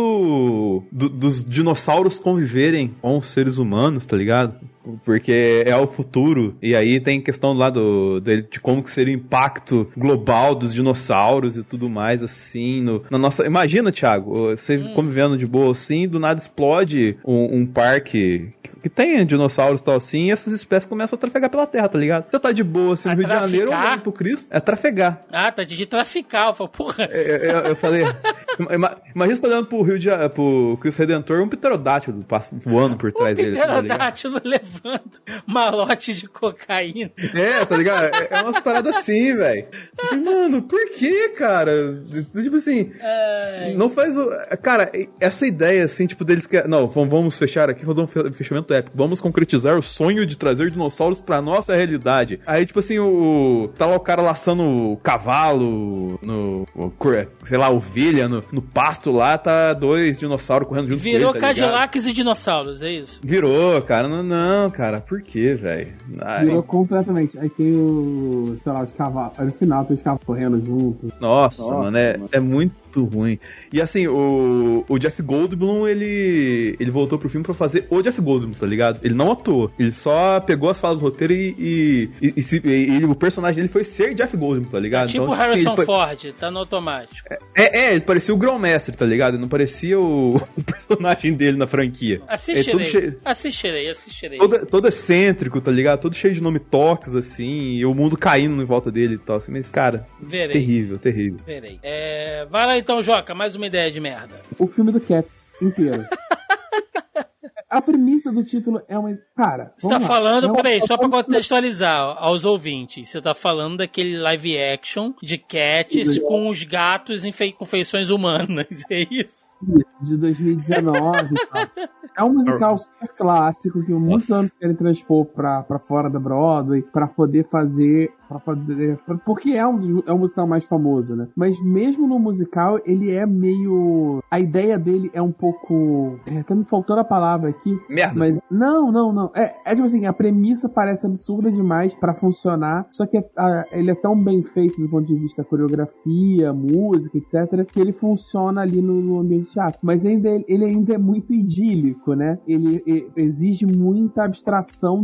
dos dinossauros conviverem com os seres humanos, tá ligado? Porque é o futuro. E aí tem questão lá de como que seria o impacto global dos dinossauros e tudo mais, assim, na nossa... Imagina, Thiago, você convivendo de boa assim, do nada explode um parque que tem dinossauros e tal assim, e essas espécies começam a trafegar pela Terra, tá ligado? Você tá de boa assim no Rio de Janeiro, olhando pro Cristo, é trafegar. Ah, tá de traficar. Eu falei, porra. Eu falei, imagina você tá olhando pro Cristo Redentor, um pterodátilo voando por trás dele. Um pterodátilo levando malote de cocaína. Tá ligado? É umas paradas assim, velho. Mano, por que, cara? Tipo assim, não faz o... Cara, essa ideia, assim, tipo, deles que... Não, vamos fechar aqui, fazer um fechamento épico. Vamos concretizar o sonho de trazer dinossauros pra nossa realidade. Aí, tipo assim, tá lá o cara laçando o cavalo, sei lá, ovelha, no pasto lá, tá 2 dinossauros correndo junto com ele, Virou tá Cadillacs e dinossauros, é isso? Virou, cara. Não, cara, por que, velho? Virou completamente. Aí tem sei lá, os cavalos. Aí no final tem os cavalos correndo juntos. Nossa, mano, é muito ruim. E assim, o Jeff Goldblum, ele voltou pro filme pra fazer o Jeff Goldblum, tá ligado? Ele não atuou. Ele só pegou as falas do roteiro e o personagem dele foi ser Jeff Goldblum, tá ligado? Tipo então, Harrison Ford, tá no automático. Ele parecia o Grão-Mestre, tá ligado? Ele não parecia o personagem dele na franquia. Assistirei. Todo excêntrico, tá ligado? Todo cheio de nome toques, assim, e o mundo caindo em volta dele e tal. Assim, mas, cara, terrível. Verei. Vai lá então, Joca, mais uma ideia de merda. O filme do Cats inteiro. A premissa do título é uma... Cara, você tá falando, peraí, só pra contextualizar aos ouvintes, você tá falando daquele live action de Cats com os gatos com feições humanas, é isso? Isso, de 2019 e tal. É um musical super clássico que muitos Nossa. anos querem transpor pra fora da Broadway, pra poder fazer... Porque é um musical mais famoso, né? Mas mesmo no musical, ele é meio... A ideia dele é um pouco... tá me faltando a palavra aqui. Merda. Mas não. É tipo assim, a premissa parece absurda demais pra funcionar, só que ele é tão bem feito do ponto de vista coreografia, música, etc., que ele funciona ali no ambiente de teatro. Mas ele ainda é muito idílico, né? Ele exige muita abstração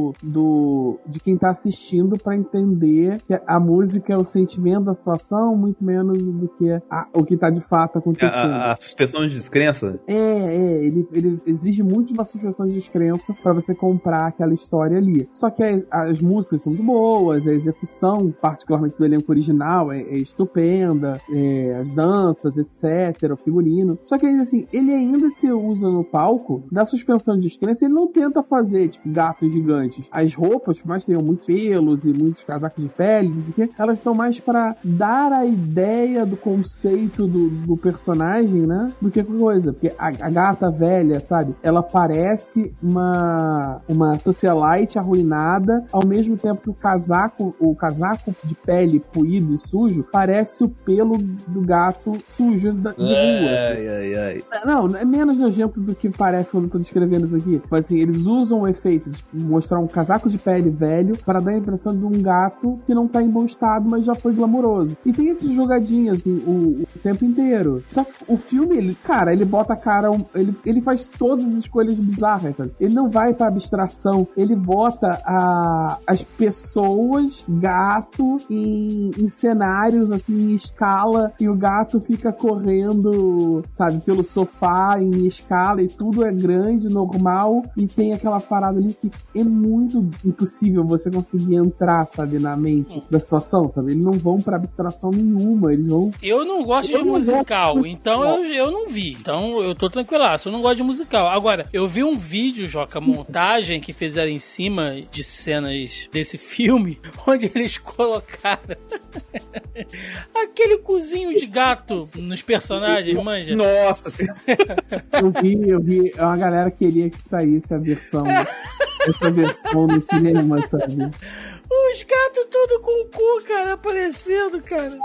de quem tá assistindo pra entender que a música é o sentimento da situação, muito menos do que o que tá de fato acontecendo. A suspensão de descrença? Ele exige muito de uma suspensão de descrença pra você comprar aquela história ali. Só que as músicas são muito boas, a execução, particularmente do elenco original, é estupenda, as danças, etc., o figurino. Só que assim, ele ainda se usa no palco da suspensão de descrença, ele não tenta fazer, tipo, gatos gigantes. As roupas, por mais que tenham muitos pelos e muitos casacos de pele, elas estão mais pra dar a ideia do conceito do personagem, né? Do que coisa. Porque a gata velha, sabe? Ela parece uma socialite arruinada, ao mesmo tempo que o casaco de pele poído e sujo parece o pelo do gato sujo de rua. Ai. Não, é menos nojento do que parece quando eu tô descrevendo isso aqui. Mas assim, eles usam o efeito de mostrar um casaco de pele velho para dar a impressão de um gato que não tá em bom estado, mas já foi glamouroso. E tem esses jogadinhos, assim, o tempo inteiro. Só que o filme, ele bota a cara... Ele faz todas as escolhas bizarras, sabe? Ele não vai pra abstração. Ele bota as pessoas, gato, em cenários, assim, em escala, e o gato fica correndo, sabe, pelo sofá, em escala, e tudo é grande, normal, e tem aquela parada ali que é muito impossível você conseguir entrar, sabe, na mente da situação, sabe? Eles não vão pra abstração nenhuma, eles vão... Eu não gosto de musical, então eu não vi. Então eu tô tranquilaço, eu não gosto de musical. Agora, eu vi um vídeo, Joca, montagem que fizeram em cima de cenas desse filme, onde eles colocaram aquele cozinho de gato nos personagens, manja? Nossa senhora. Eu vi, a galera queria que saísse a versão, essa versão no cinema, sabe? Os gatos tudo com o cu, cara, aparecendo, cara.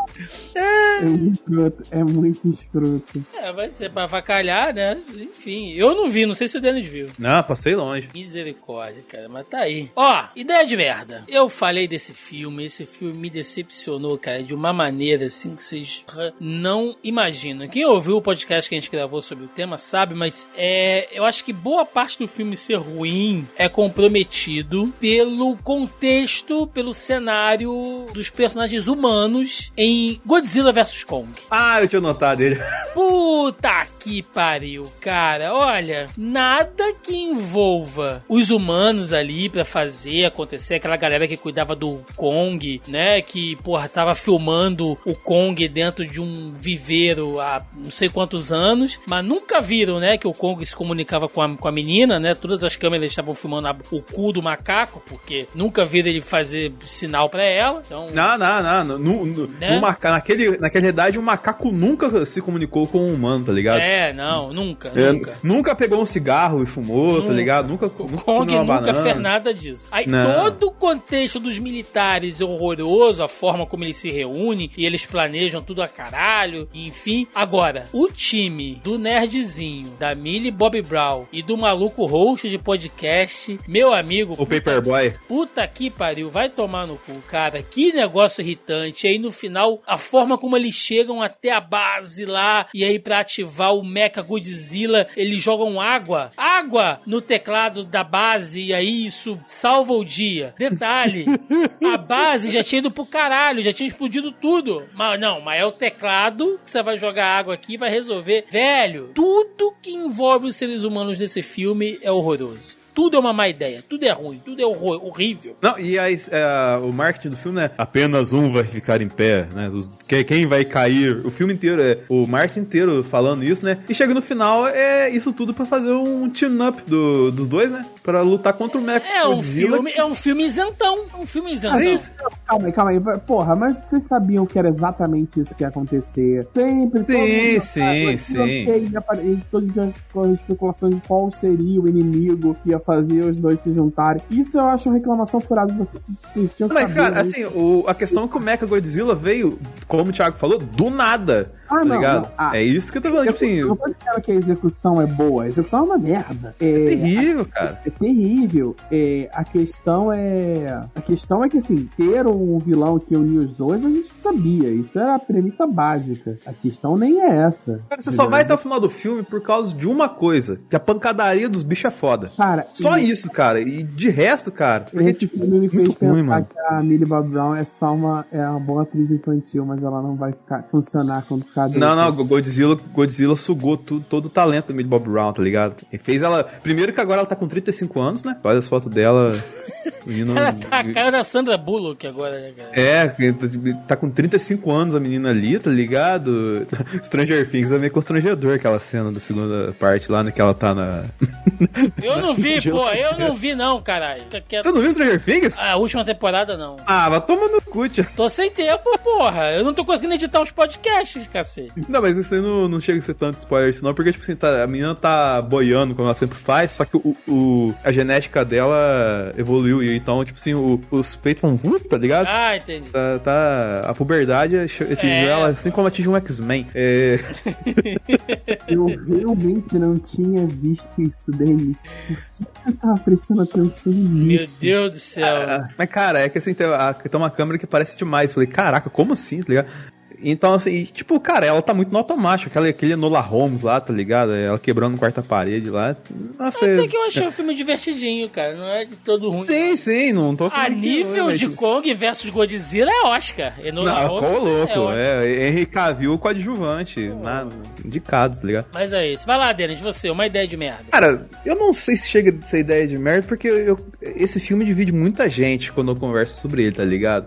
É muito escroto. Vai ser pra avacalhar, né? Enfim, eu não vi, não sei se o Dennis viu. Não, passei longe. Misericórdia, cara, mas tá aí. Ó, ideia de merda. Eu falei desse filme, esse filme me decepcionou, cara, de uma maneira assim que vocês não imaginam. Quem ouviu o podcast que a gente gravou sobre o tema sabe, mas eu acho que boa parte do filme ser ruim é comprometido pelo contexto, pelo cenário dos personagens humanos em Godzilla vs Kong. Ah, eu tinha notado ele. Puta que pariu, cara. Olha, nada que envolva os humanos ali pra fazer acontecer, aquela galera que cuidava do Kong, né, que, porra, tava filmando o Kong dentro de um viveiro há não sei quantos anos, mas nunca viram, né, que o Kong se comunicava com a menina, né, todas as câmeras estavam filmando o cu do macaco, porque nunca viram ele fazer sinal pra ela. Então, não. Né? Naquela idade, o macaco nunca se comunicou com um humano, tá ligado? Nunca. Nunca pegou um cigarro e fumou, tá ligado? Nunca O comeu Kong uma nunca banana. fez nada disso. Aí Não. todo o contexto dos militares é horroroso, a forma como eles se reúnem e eles planejam tudo a caralho, enfim. Agora, o time do nerdzinho, da Millie Bobby Brown e do maluco host de podcast, meu amigo... O Paperboy. Puta que pariu, vai tomar no cu, cara. Que negócio irritante. E aí no final, a forma como eles chegam até a base lá, e aí pra ativar o Mecha Godzilla, eles jogam água no teclado da base, e aí isso salva o dia. Detalhe, a base já tinha ido pro caralho, já tinha explodido tudo. Mas é o teclado que você vai jogar água aqui e vai resolver. Velho, tudo que envolve os seres humanos nesse filme é horroroso. tudo é uma má ideia, tudo é ruim, tudo é horrível. Não, e aí, o marketing do filme, né? Apenas um vai ficar em pé, né? Quem vai cair? O filme inteiro, o marketing inteiro falando isso, né? E chega no final, isso tudo pra fazer um team-up dos dois, né? Pra lutar contra o Mechagodzilla. É um filme isentão. Calma aí. Porra, mas vocês sabiam que era exatamente isso que ia acontecer? Sempre. Sim. Todo dia com a especulação de qual seria o inimigo que ia fazer os dois se juntarem. Isso eu acho uma reclamação furada de você. Mas, cara, assim, a questão é que o Mechagodzilla veio, como o Thiago falou, do nada. Tá ligado? É isso que eu tô falando. Tipo assim, eu não tô dizendo que a execução é boa. A execução é uma merda. É terrível, cara. É terrível. A questão é que, assim, ter um vilão que unia os dois, a gente sabia. Isso era a premissa básica. A questão nem é essa. Cara, você só vai até o final do filme por causa de uma coisa, que a pancadaria dos bichos é foda. Cara, só isso, cara. E de resto, cara... Esse filme me fez pensar que a Millie Bobby Brown é uma boa atriz infantil, mas ela não vai funcionar quando ficar... Não, Godzilla sugou todo o talento da Millie Bobby Brown, tá ligado? E fez ela... Primeiro que agora ela tá com 35 anos, né? Olha as fotos dela... Ela tá a cara da Sandra Bullock agora, né, cara? Tá com 35 anos a menina ali, tá ligado? Stranger Things é meio constrangedor aquela cena da segunda parte lá, né? Que ela tá na... Eu não vi não, caralho. Você não viu Stranger Things? A última temporada, não. Vai toma no cu, tia. Tô sem tempo, porra. Eu não tô conseguindo editar os podcasts, cacete. Não, mas isso aí não chega a ser tanto spoiler, senão, porque, tipo assim, a menina tá boiando, como ela sempre faz, só que a genética dela evoluiu, e então, tipo assim, os peitos vão, tá ligado? Entendi. A puberdade atingiu ela, assim como atinge um X-Men. Eu realmente não tinha visto isso deles. Por que eu tava prestando atenção nisso? Meu Deus do céu. Mas, cara, é que assim, tem uma câmera que parece demais. Falei, caraca, como assim, tá ligado? Então, assim, tipo, cara, ela tá muito no automático. Aquele Enola Holmes lá, tá ligado? Ela quebrando o quarta-parede lá. Nossa, até que eu achei o filme divertidinho, cara. Não é de todo ruim. Sim, não tô falando. A nível de Kong versus Godzilla é Oscar. Enola Holmes louco. Henry Cavill coadjuvante. Indicado, tá ligado? Mas é isso. Vai lá, Denis, você, uma ideia de merda. Cara, eu não sei se chega a ser ideia de merda, porque esse filme divide muita gente quando eu converso sobre ele, tá ligado?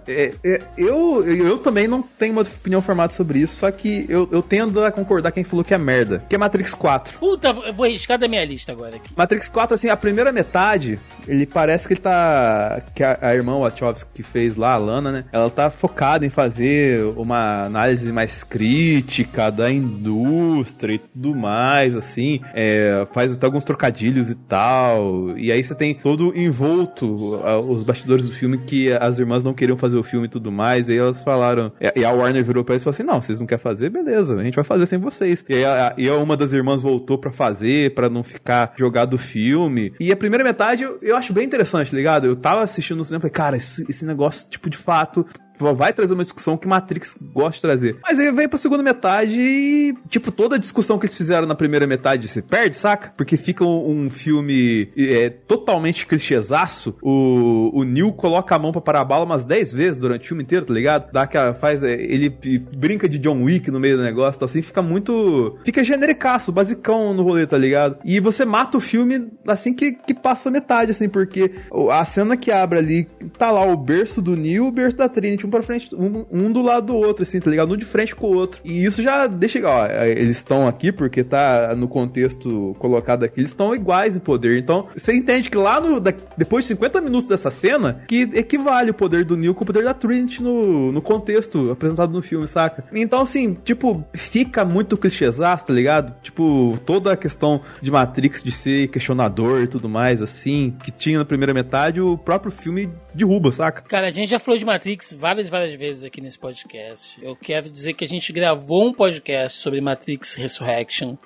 Eu também não tenho uma opinião formada sobre isso, só que eu tendo a concordar quem falou que é merda, que é Matrix 4. Puta, eu vou arriscar da minha lista agora aqui. Matrix 4, assim, a primeira metade, ele parece que ele tá... Que a irmã Wachowski que fez lá, a Lana, né? Ela tá focada em fazer uma análise mais crítica da indústria e tudo mais, assim. Faz até alguns trocadilhos e tal. E aí você tem todo envolto os bastidores do filme que as irmãs não queriam fazer o filme e tudo mais. E aí elas falaram... E a Warner virou pra eles e falou assim, não, vocês não querem fazer? Beleza, a gente vai fazer sem vocês. E aí uma das irmãs voltou pra fazer, pra não ficar jogado o filme. E a primeira metade eu acho bem interessante, ligado? Eu tava assistindo no cinema e falei, cara, esse negócio, tipo, de fato... vai trazer uma discussão que Matrix gosta de trazer. Mas aí vem pra segunda metade e, tipo, toda a discussão que eles fizeram na primeira metade se perde, saca? Porque fica um filme totalmente clichêzaço. O Neo coloca a mão pra parar a bala umas 10 vezes durante o filme inteiro, tá ligado? Ele brinca de John Wick no meio do negócio, tal, assim, fica genericaço, basicão no rolê, tá ligado? E você mata o filme assim que passa a metade, assim, porque a cena que abre ali, tá lá o berço do Neo e o berço da Trinity, um pra frente, um do lado do outro, assim, tá ligado? Um de frente com o outro. E isso já deixa, ó, eles estão aqui porque tá no contexto colocado aqui, eles estão iguais em poder. Então, você entende que lá depois de 50 minutos dessa cena, que equivale o poder do Neo com o poder da Trinity no contexto apresentado no filme, saca? Então, assim, tipo, fica muito clichêzaço, tá ligado? Tipo, toda a questão de Matrix de ser questionador e tudo mais, assim, que tinha na primeira metade, o próprio filme derruba, saca? Cara, a gente já falou de Matrix várias vezes aqui nesse podcast. Eu quero dizer que a gente gravou um podcast sobre Matrix Resurrection.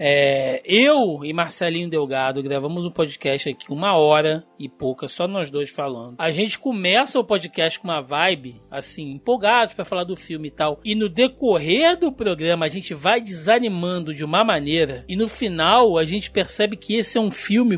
Eu e Marcelinho Delgado gravamos um podcast aqui 1 hora e pouca, só nós dois falando. A gente começa o podcast com uma vibe, assim, empolgados pra falar do filme e tal. E no decorrer do programa a gente vai desanimando de uma maneira e no final a gente percebe que esse é um filme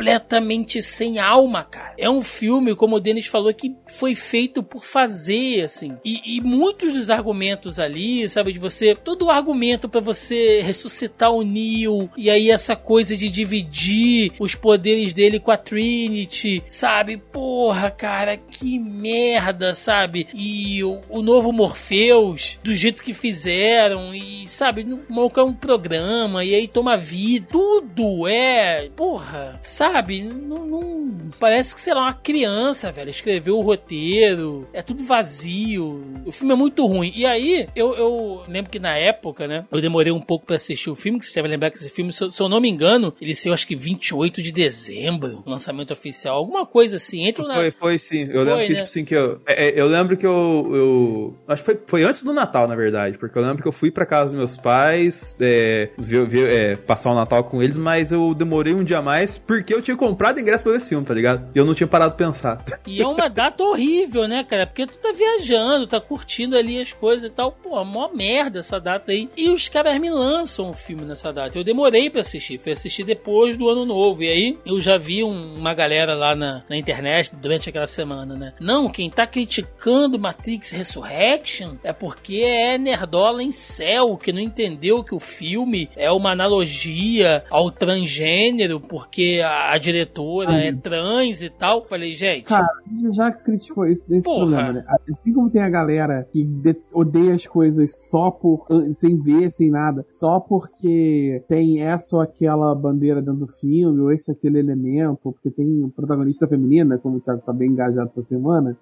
completamente sem alma, cara. É um filme, como o Denis falou, que foi feito por fazer, assim. E muitos dos argumentos ali, sabe, de você... Todo o argumento pra você ressuscitar o Neo, e aí essa coisa de dividir os poderes dele com a Trinity, sabe? Porra, cara, que merda, sabe? E o novo Morpheus, do jeito que fizeram, e, sabe, é um programa, e aí toma vida. Tudo é... Porra, sabe? Não parece que, sei lá, uma criança, velho, escreveu o roteiro. É tudo vazio. O filme é muito ruim. E aí, eu lembro que na época, né, eu demorei um pouco pra assistir o filme, que você deve lembrar que esse filme, se eu não me engano, ele saiu acho que 28 de dezembro, lançamento oficial, alguma coisa assim. Foi sim. Eu lembro que, né? Tipo assim, que eu lembro que eu acho que foi antes do Natal, na verdade, porque eu lembro que eu fui pra casa dos meus pais, passar o Natal com eles, mas eu demorei um dia a mais porque eu tinha comprado ingresso pra ver esse filme, tá ligado? E eu não tinha parado de pensar. E é uma data horrível, né, cara? Porque tu tá viajando, tá curtindo ali as coisas e tal. Pô, mó merda essa data aí. E os caras me lançam um filme nessa data. Eu demorei pra assistir. Fui assistir depois do Ano Novo. E aí, eu já vi uma galera lá na internet durante aquela semana, né? Não, quem tá criticando Matrix Resurrection é porque é nerdola em céu, que não entendeu que o filme é uma analogia ao transgênero, porque a diretora é trans e tal. Falei, gente... Cara, já criticou esse problema, né? Assim como tem a galera que odeia as coisas só sem ver, sem nada, só porque tem essa ou aquela bandeira dentro do filme, ou esse ou aquele elemento, porque tem protagonista feminina, como o Thiago tá bem engajado essa semana,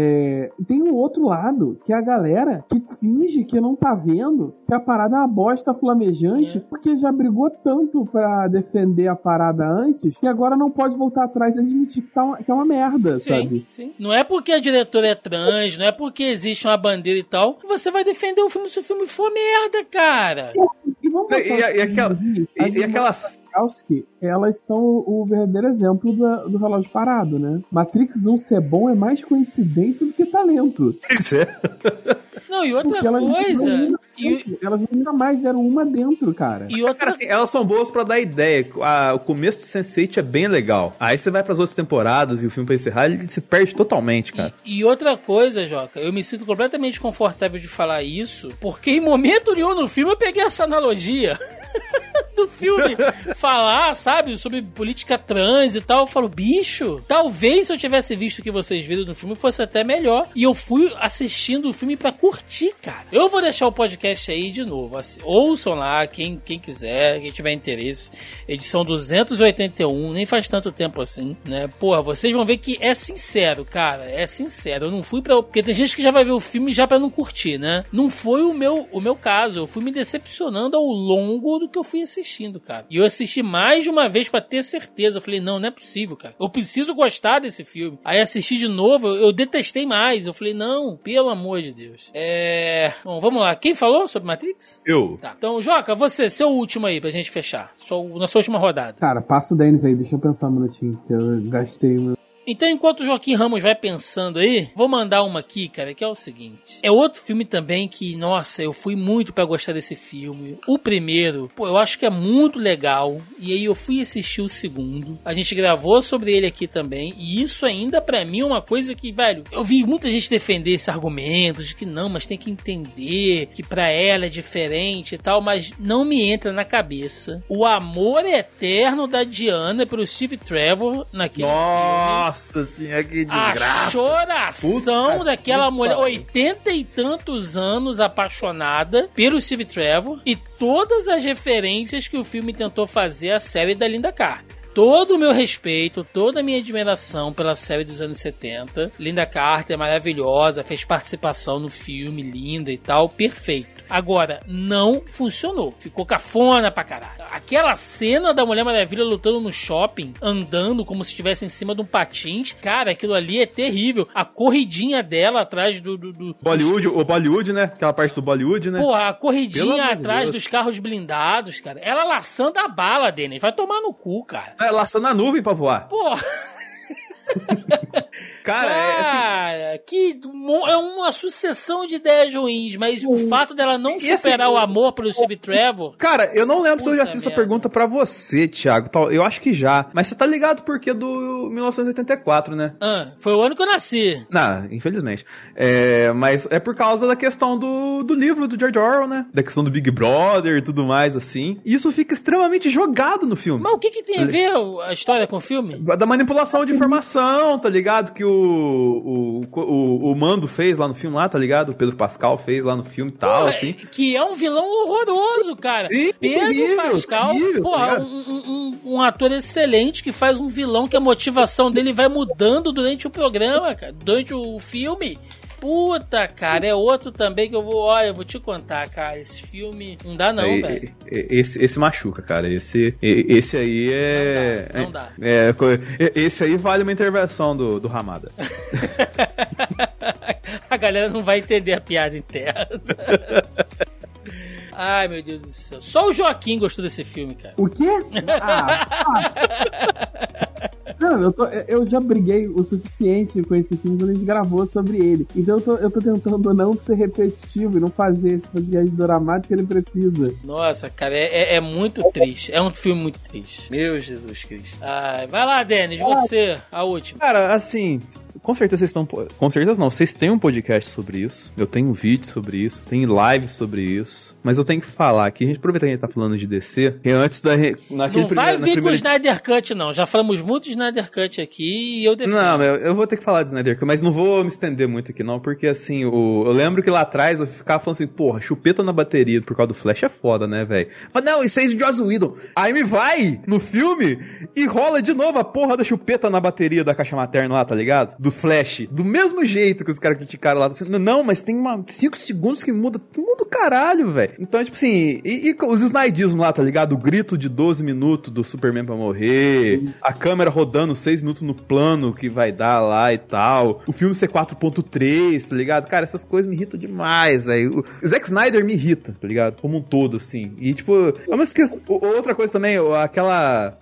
tem um outro lado, que é a galera que finge que não tá vendo que a parada é uma bosta flamejante, porque já brigou tanto pra defender a parada antes, que agora não pode voltar atrás e admitir que é uma merda, sabe? Sim. Não é porque a diretora é trans, não é porque existe uma bandeira e tal, que você vai defender o filme se o filme for merda, cara. E vamos botar aquelas... elas são o verdadeiro exemplo do relógio parado, né? Matrix 1 ser bom é mais coincidência do que talento. Isso é. Não, e outra coisa... Elas nunca mais deram uma dentro, cara. E outra... Cara, assim, elas são boas pra dar ideia. O começo de Sense8 é bem legal. Aí você vai pras outras temporadas e o filme pra encerrar, ele se perde totalmente, cara. E outra coisa, Joca, eu me sinto completamente confortável de falar isso, porque em momento nenhum no filme eu peguei essa analogia do filme falar, sabe, sobre política trans e tal. Eu falo, bicho, talvez se eu tivesse visto o que vocês viram no filme fosse até melhor. E eu fui assistindo o filme pra curtir, cara. Eu vou deixar o podcast aí de novo. Ouçam lá, quem quiser, quem tiver interesse. Edição 281, nem faz tanto tempo assim, né? Porra, vocês vão ver que é sincero, cara. É sincero. Eu não fui pra... Porque tem gente que já vai ver o filme já pra não curtir, né? Não foi o meu caso. Eu fui me decepcionando ao longo do que eu fui assistindo, cara. E eu assisti mais de uma vez pra ter certeza. Eu falei, não é possível, cara. Eu preciso gostar desse filme. Aí assisti de novo, eu detestei mais. Eu falei, não, pelo amor de Deus. Bom, vamos lá. Quem falou sobre Matrix? Eu. Tá. Então, Joca, você, seu último aí pra gente fechar. Na sua última rodada. Cara, passa o Denis aí, deixa eu pensar um minutinho, que eu gastei meu... Então, enquanto o Joaquim Ramos vai pensando aí, vou mandar uma aqui, cara, que é o seguinte. É outro filme também que, nossa, eu fui muito pra gostar desse filme. O primeiro, eu acho que é muito legal. E aí eu fui assistir o segundo. A gente gravou sobre ele aqui também. E isso ainda, pra mim, é uma coisa que, velho, eu vi muita gente defender esse argumento de que não, mas tem que entender que pra ela é diferente e tal, mas não me entra na cabeça o amor eterno da Diana pro Steve Trevor naquele filme. Nossa senhora, que desgraça. A choração daquela mulher, 80 e tantos anos apaixonada pelo Steve Trevor, e todas as referências que o filme tentou fazer à série da Linda Carter. Todo o meu respeito, toda a minha admiração pela série dos anos 70. Linda Carter é maravilhosa, fez participação no filme, linda e tal, perfeito. Agora, não funcionou. Ficou cafona pra caralho. Aquela cena da Mulher Maravilha lutando no shopping, andando como se estivesse em cima de um patins, cara, aquilo ali é terrível. A corridinha dela atrás do Bollywood, o Bollywood, né? Aquela parte do Bollywood, né? Porra, a corridinha atrás dos carros blindados, cara. Ela laçando a bala, Denis. Vai tomar no cu, cara. Laçando a nuvem pra voar. Porra. Cara, que é uma sucessão de ideias ruins, mas o fato dela não superar o amor pelo Steve Trevor... Cara, eu não lembro se eu já fiz essa pergunta pra você, Thiago. Eu acho que já. Mas você tá ligado por que do 1984, né? Foi o ano que eu nasci. Não, infelizmente. Mas é por causa da questão do livro do George Orwell, né? Da questão do Big Brother e tudo mais, assim. E isso fica extremamente jogado no filme. Mas o que tem a ver a história com o filme? Da manipulação de informação, tá ligado? Que o Mando fez lá no filme, lá, tá ligado? O Pedro Pascal fez lá no filme e tal, assim. Que é um vilão horroroso, cara. Sim, Pedro horrível, Pascal, horrível, porra, tá um ator excelente que faz um vilão que a motivação dele vai mudando durante o programa, cara, durante o filme. Puta, cara, é outro também que eu vou te contar, cara, esse filme não dá não, velho. Esse machuca, cara, esse aí Não dá. Esse aí vale uma intervenção do Ramada. A galera não vai entender a piada interna. Ai, meu Deus do céu. Só o Joaquim gostou desse filme, cara. O quê? Não, eu já briguei o suficiente com esse filme quando a gente gravou sobre ele. Então eu tô tentando não ser repetitivo e não fazer esse podcast dramático que ele precisa. Nossa, cara, é muito triste. É um filme muito triste. Meu Jesus Cristo. Ai, vai lá, Denis, você, a última. Cara, assim... Com certeza vocês estão... Com certeza não, vocês têm um podcast sobre isso. Eu tenho um vídeo sobre isso. Tem live sobre isso. Mas eu tenho que falar aqui, a gente aproveita que a gente tá falando de DC, que antes da... Não vai vir com o Snyder Cut, não. Já falamos muito de Snyder Cut aqui e eu defendo. Não, eu vou ter que falar de Snyder Cut, mas não vou me estender muito aqui não, porque assim, eu lembro que lá atrás eu ficava falando assim, porra, chupeta na bateria por causa do Flash é foda, né, velho? Mas não, isso é de Joss Whedon. Aí me vai no filme e rola de novo a porra da chupeta na bateria da caixa materna lá, tá ligado? Do Flash. Do mesmo jeito que os caras criticaram lá. Assim, não, mas tem 5 segundos que muda o caralho, velho. Então, tipo assim, e os Snydismos lá, tá ligado? O grito de 12 minutos do Superman pra morrer, a câmera rodando 6 minutos no plano que vai dar lá e tal, o filme ser 4.3, tá ligado? Cara, essas coisas me irritam demais, velho. O Zack Snyder me irrita, tá ligado? Como um todo, assim. E, tipo, eu não esqueço. Outra coisa também, aquela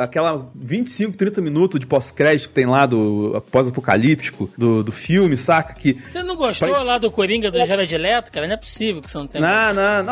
25, 30 minutos de pós-crédito que tem lá do pós-apocalíptico do filme, saca? Que você não gostou lá do Coringa do Jared Leto, cara? Não é possível que você não tenha. Não.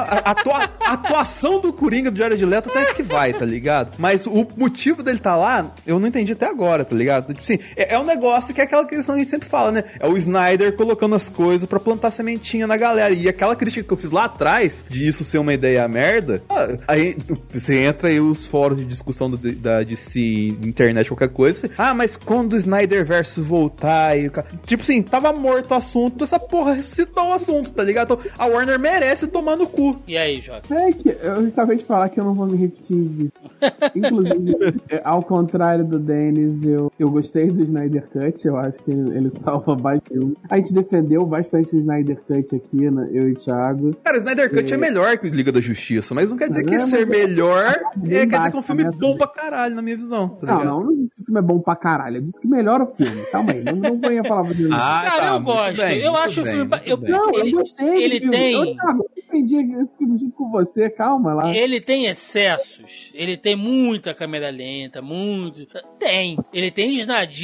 A atuação do Coringa do Jared Leto até que vai, tá ligado? Mas o motivo dele tá lá, eu não entendi até agora, tá ligado? Tipo assim, é um negócio que é aquela questão que a gente sempre fala, né? É o Snyder colocando as coisas pra plantar sementinha na galera. E aquela crítica que eu fiz lá atrás, de isso ser uma ideia merda, aí você entra aí os fóruns de discussão da DC, internet, qualquer coisa. Mas quando o Snyderverse voltar e... Tipo assim, tava morto o assunto, essa porra ressuscitou o assunto, tá ligado? Então a Warner merece tomar no cu. E aí, Jota? É que eu acabei de falar que eu não vou me repetir disso. Inclusive, ao contrário do Dennis, eu gostei do Snyder Cut, eu acho que ele salva bastante. A gente defendeu bastante o Snyder Cut aqui, né, eu e o Thiago. Cara, o Snyder Cut é melhor que o Liga da Justiça, mas não quer dizer que ser melhor quer dizer que é um filme bom pra caralho, na minha visão. Tá não disse que o filme é bom pra caralho, eu disse que melhora o filme. Calma aí, não venha falar pra mim. Cara, eu gosto. Eu acho o filme... Eu gostei. Ele tem... Eu entendi esse filme junto com você, calma lá. Ele tem excessos, ele tem muita câmera lenta, muito... Tem. Ele tem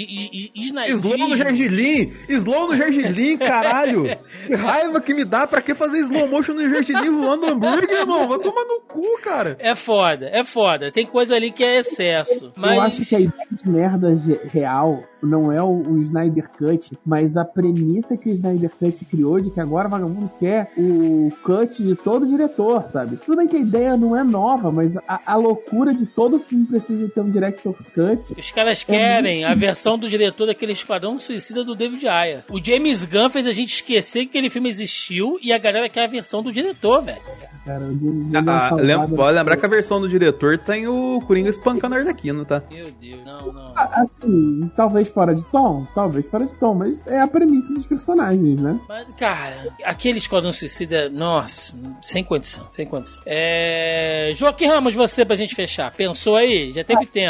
Slow no Gergelim, caralho. Que raiva que me dá, pra que fazer slow motion no Gergelim voando hambúrguer, irmão? Vai tomar no cu, cara. É foda. Tem coisa ali que é excesso. Mas... Eu acho que a ideia de merda real não é o Snyder Cut, mas a premissa que o Snyder Cut criou de que agora o vagabundo quer o cut de todo diretor, sabe? Tudo bem que a ideia não é nova, mas a loucura de todo filme precisa ter um Director's Cut. Os caras querem a versão do diretor daquele Esquadrão Suicida do David Ayer. O James Gunn fez a gente esquecer que aquele filme existiu e a galera quer a versão do diretor, velho. Cara, o James Gunn vale lembrar que a versão do diretor tem o Coringa espancando a Arlequina, tá? Meu Deus, não. Assim, talvez fora de tom, mas é a premissa dos personagens, né? Mas, cara, aquele Esquadrão Suicida, nossa, sem condição. Joaquim Ramos, você pra gente fechar, pensou aí? Já teve tempo.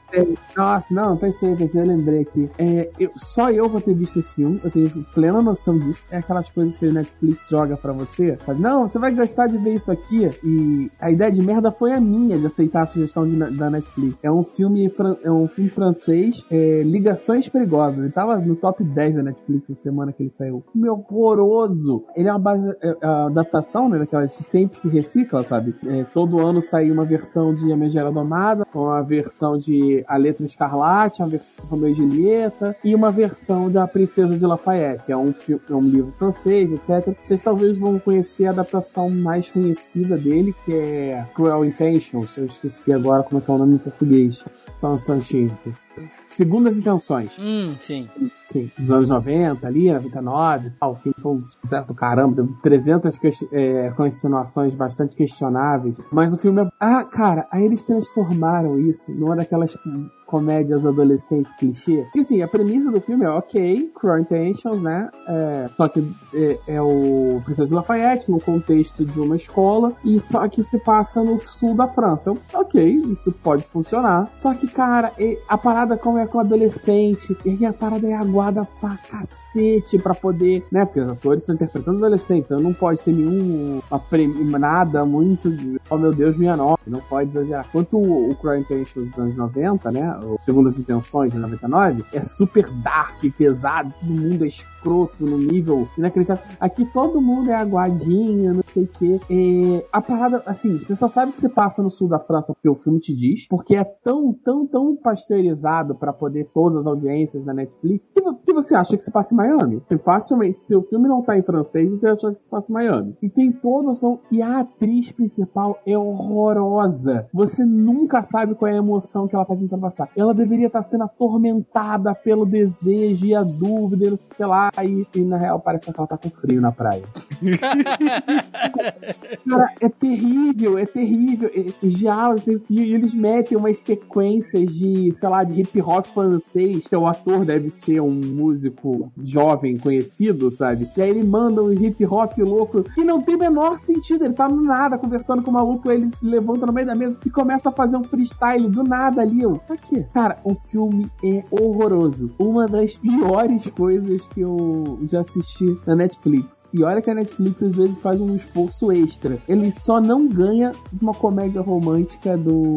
Nossa, não, pensei, eu lembrei aqui. Só eu vou ter visto esse filme, eu tenho plena noção disso. É aquelas coisas que a Netflix joga pra você. Fala, não, você vai gostar de ver isso aqui. E a ideia de merda foi a minha de aceitar a sugestão da Netflix. É um filme francês, Ligações Perigosas. Ele tava no top 10 da Netflix essa semana que ele saiu. Filme horroroso. Ele é uma adaptação, né, daquelas que sempre se recicla, sabe? Todo ano sai uma versão de A Megera Domada, uma versão de A Letra Escarlate, uma versão de Romeu e Julieta e uma versão da Princesa de Lafayette. É um livro francês, etc. Vocês talvez vão conhecer a adaptação mais conhecida dele, que é Cruel Intentions. Eu esqueci agora como é que é o nome em português. Só um instantinho. Segundas Intenções. Sim. Sim, dos anos 90 ali, 99 e tal. O filme foi um sucesso do caramba. Teve 300 continuações bastante questionáveis. Mas o filme cara, aí eles transformaram isso numa daquelas comédias adolescentes clichê. E assim, a premissa do filme é ok, Cruel Intentions, né? Só que é o Princesa de Lafayette no contexto de uma escola e só que se passa no sul da França. Ok, isso pode funcionar. Só que, cara, a parada como é com adolescente, e aí a parada é aguada pra cacete pra poder, né? Porque os atores estão interpretando adolescentes, então não pode ter nada muito, oh meu Deus, minha nova, não pode exagerar. Quanto o Cruel Intentions dos anos 90, né? O Segundas Intenções de 99, é super dark, pesado, todo mundo é escroto no nível inacreditável. Aqui todo mundo é aguadinho, não sei o quê. A parada, assim, você só sabe que você passa no sul da França porque o filme te diz, porque é tão pasteurizado pra poder todas as audiências da Netflix, que você acha que se passa em Miami. E facilmente, se o filme não tá em francês, você acha que se passa em Miami. E tem toda noção. E a atriz principal é horrorosa. Você nunca sabe qual é a emoção que ela tá tentando passar. Ela deveria estar sendo atormentada pelo desejo e a dúvida e não sei o que lá. E na real parece que ela tá com frio na praia. Cara, é terrível. E eles metem umas sequências de, sei lá, de hip hop francês, que o ator deve ser um músico jovem conhecido, sabe? E aí ele manda um hip hop louco que não tem o menor sentido. Ele tá no nada conversando com o maluco, ele se levanta no meio da mesa e começa a fazer um freestyle do nada ali. Pra quê? Cara, o filme é horroroso. Uma das piores coisas que eu já assisti na Netflix. E olha que a Netflix às vezes faz um esforço extra. Ele só não ganha uma comédia romântica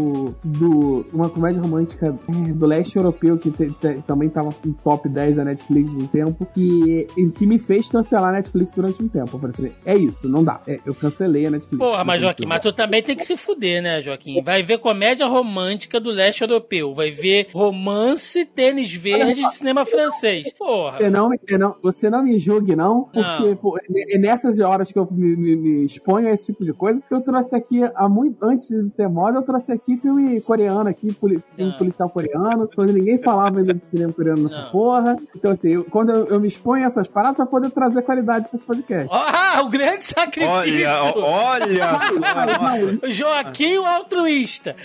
uma comédia romântica do leste europeu, que também tava no top 10 da Netflix um tempo, que me fez cancelar a Netflix durante um tempo. Eu falei assim, é isso, não dá. Eu cancelei a Netflix. Porra, mas Joaquim, mas tu também tem que se fuder, né, Joaquim? Vai ver comédia romântica do leste europeu, vai ver romance, tênis verde de cinema francês. Porra. Você não me julgue, não, porque pô, é nessas horas que eu me exponho a esse tipo de coisa, que eu trouxe aqui, antes de ser moda, eu trouxe aqui filme coreano, filme policial coreano, quando ninguém falava ainda de cinema coreano nessa porra. Então, assim, quando eu me exponho a essas paradas, pra poder trazer qualidade pra esse podcast. O grande sacrifício! Olha! Joaquim o altruísta!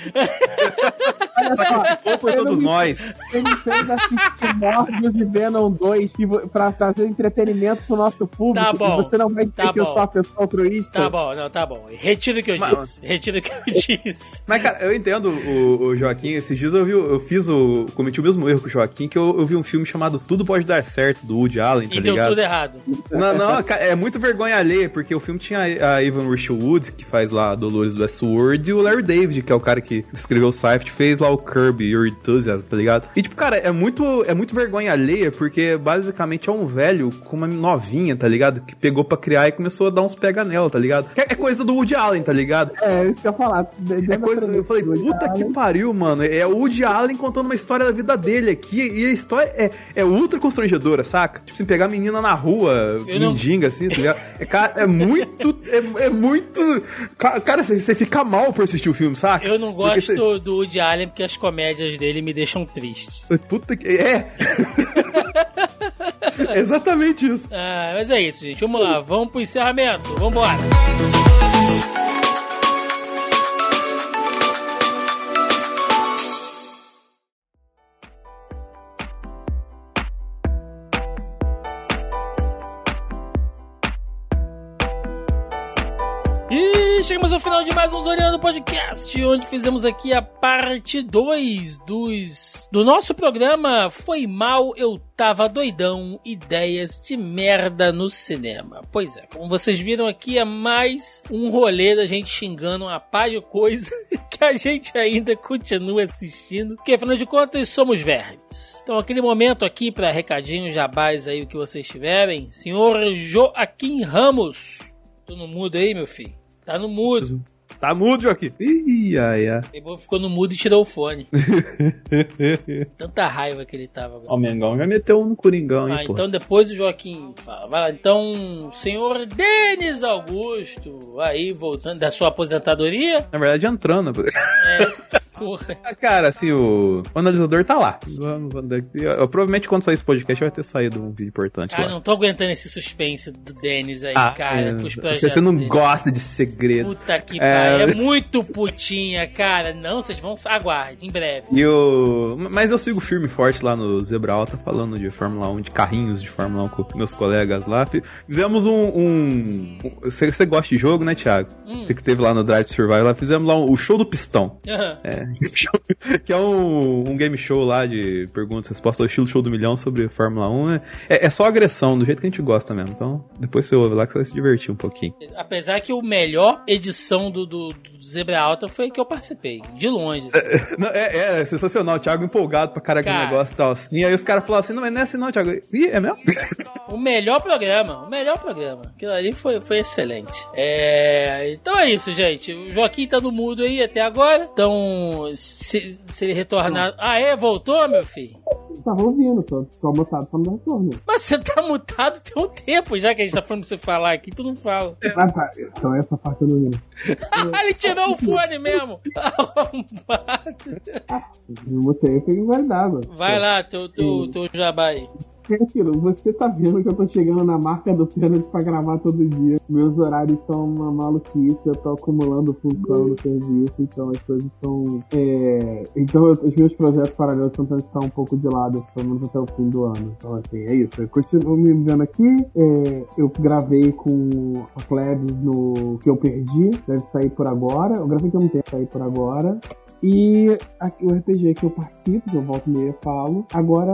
Sacrificou por todos nós. Ele fez assistir Morbius e Venom 2 pra trazer entretenimento pro nosso público. Tá bom. E você não vai dizer que eu sou a pessoa altruísta. Tá bom. Retiro o que eu disse. Mas, cara, eu entendo o Joaquim. Esses dias cometi o mesmo erro com o Joaquim, que eu vi um filme chamado Tudo Pode Dar Certo, do Woody Allen, tá ligado? E deu tudo errado. Não, cara, é muito vergonha alheia, porque o filme tinha a Evan Rachel Wood, que faz lá Dolores do Westworld, e o Larry David, que é o cara que escreveu o Seifert, fez lá o Curb Your Enthusiasm, tá ligado? E, tipo, cara, é muito vergonha alheia, porque basicamente é um velho com uma novinha, tá ligado? Que pegou pra criar e começou a dar uns pega nela, tá ligado? É coisa do Woody Allen, tá ligado? É, isso que eu ia falar. Eu falei, puta que pariu, mano. É o Woody Allen contando uma história da vida dele aqui, e a história é ultra constrangedora, saca? Tipo assim, pegar a menina na rua, mendiga, assim, tá ligado? É muito... Cara, você fica mal por assistir o filme, saca? Eu não gosto do Woody Allen porque as comédias dele me deixam triste. Puta que... É exatamente isso. Mas é isso, gente. Vamos lá, vamos pro encerramento. Vambora. E chegamos ao final de mais um Zoneando Podcast, onde fizemos aqui a parte 2 do nosso programa Foi Mal, Eu Tava Doidão, Ideias de Merda no Cinema. Pois é, como vocês viram aqui, é mais um rolê da gente xingando uma pá de coisa que a gente ainda continua assistindo, porque afinal de contas somos vermes. Então aquele momento aqui para recadinhos jabás aí, o que vocês tiverem. Senhor Joaquim Ramos, tô no mudo aí, meu filho? Tá no mudo. Tá mudo, Joaquim. Ih, ai, ai. Ele ficou no mudo e tirou o fone. Tanta raiva que ele tava. Ó, o Mengão já meteu um no Coringão, hein, pô. Então depois o Joaquim fala. Vai lá, então, senhor Denis Augusto, aí voltando da sua aposentadoria. Na verdade, entrando. Porra. Cara, assim, o analisador tá lá. Provavelmente quando sair esse podcast vai ter saído um vídeo importante lá. Não tô aguentando esse suspense do Denis aí, cara. Com os projetos você não dele. gosta de segredo. Puta que pariu. É muito putinha, cara. Não, vocês vão... Aguarde, em breve. Mas eu sigo firme e forte lá no Zebra Alta, falando de Fórmula 1, de carrinhos de Fórmula 1 com meus colegas lá. Fizemos Você gosta de jogo, né, Thiago? Que teve lá no Drive to Survive. Lá fizemos lá o show do pistão. Que é um game show lá de perguntas e respostas ao estilo Show do Milhão sobre Fórmula 1. É só agressão, do jeito que a gente gosta mesmo. Então, depois você ouve lá que você vai se divertir um pouquinho. Apesar que o melhor edição do Zebra Alta foi que eu participei, de longe. Assim. É sensacional, o Thiago empolgado pra caralho com o negócio e tal assim. Aí os caras falaram assim, não, mas não é assim não, Thiago. Ih, é mesmo? O melhor programa. Aquilo ali foi excelente. Então é isso, gente. O Joaquim tá no mudo aí até agora. Então, se ele retornar... Voltou, meu filho? Eu tava ouvindo, só ficou mutado pra não retornar. Mas você tá mutado tem um tempo já que a gente tá falando pra você falar aqui, tu não fala. Ah, tá. Então essa parte eu não vi. Ele tirou o fone mesmo. Eu mutei, eu peguei guardado. Vai lá, teu jabá aí. Aquilo, você tá vendo que eu tô chegando na marca do pênalti pra gravar todo dia. Meus horários estão uma maluquice, eu tô acumulando função no serviço, então as coisas estão... Então os meus projetos paralelos estão tentando ficar um pouco de lado, pelo menos até o fim do ano. Então assim, é isso. Eu continuo me vendo aqui, eu gravei com a Klebs no Que Eu Perdi, deve sair por agora. Eu gravei que eu não tenho que sair por agora. E o RPG que eu participo, que eu volto e meia falo, agora,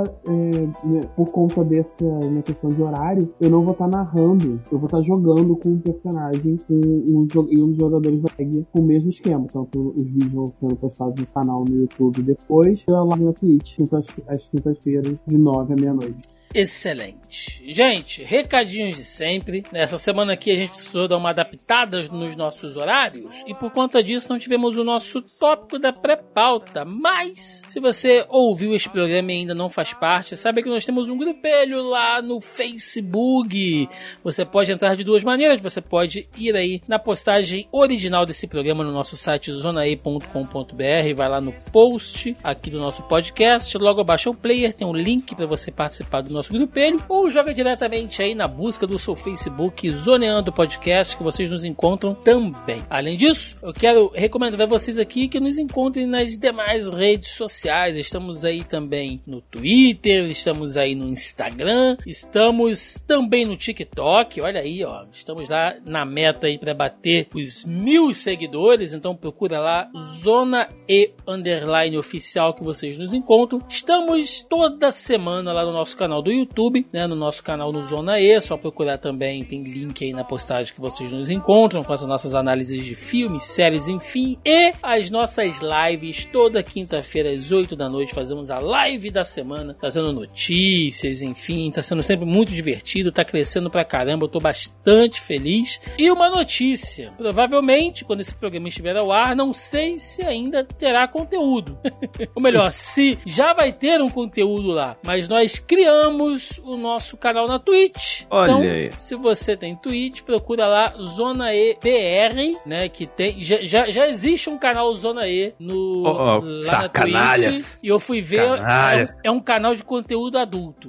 por conta dessa minha questão de horário, eu não vou estar narrando, eu vou estar jogando com um personagem e um dos jogadores vai seguir com o mesmo esquema. Então, os vídeos vão sendo postados no canal no YouTube depois, eu lá na Twitch, às quintas-feiras, de 9 à meia-noite. Excelente. Gente, recadinhos de sempre. Nessa semana aqui a gente precisou dar uma adaptada nos nossos horários e por conta disso não tivemos o nosso tópico da pré-pauta. Mas, se você ouviu este programa e ainda não faz parte, saiba que nós temos um grupelho lá no Facebook. Você pode entrar de duas maneiras. Você pode ir aí na postagem original desse programa no nosso site zonae.com.br. Vai lá no post aqui do nosso podcast. Logo abaixo o player tem um link para você participar do nosso grupelho, ou joga diretamente aí na busca do seu Facebook Zoneando Podcast, que vocês nos encontram também. Além disso, eu quero recomendar a vocês aqui que nos encontrem nas demais redes sociais. Estamos aí também no Twitter, estamos aí no Instagram, estamos também no TikTok. Olha aí, ó, estamos lá na meta aí para bater os 1000 seguidores, então procura lá Zona E_ oficial que vocês nos encontram. Estamos toda semana lá no nosso canal do YouTube, né, no nosso canal no Zona E, só procurar também, tem link aí na postagem que vocês nos encontram com as nossas análises de filmes, séries, enfim, e as nossas lives toda quinta-feira às 8 da noite, fazemos a live da semana, trazendo notícias, enfim, tá sendo sempre muito divertido, tá crescendo pra caramba, eu tô bastante feliz. E uma notícia, provavelmente quando esse programa estiver ao ar, não sei se ainda terá conteúdo, ou melhor, se já vai ter um conteúdo lá, mas nós criamos o nosso canal na Twitch. Olha então, aí. Se você tem Twitch, procura lá Zona E BR, né, que tem, já existe um canal Zona E lá na Twitch, e eu fui ver, é um canal de conteúdo adulto.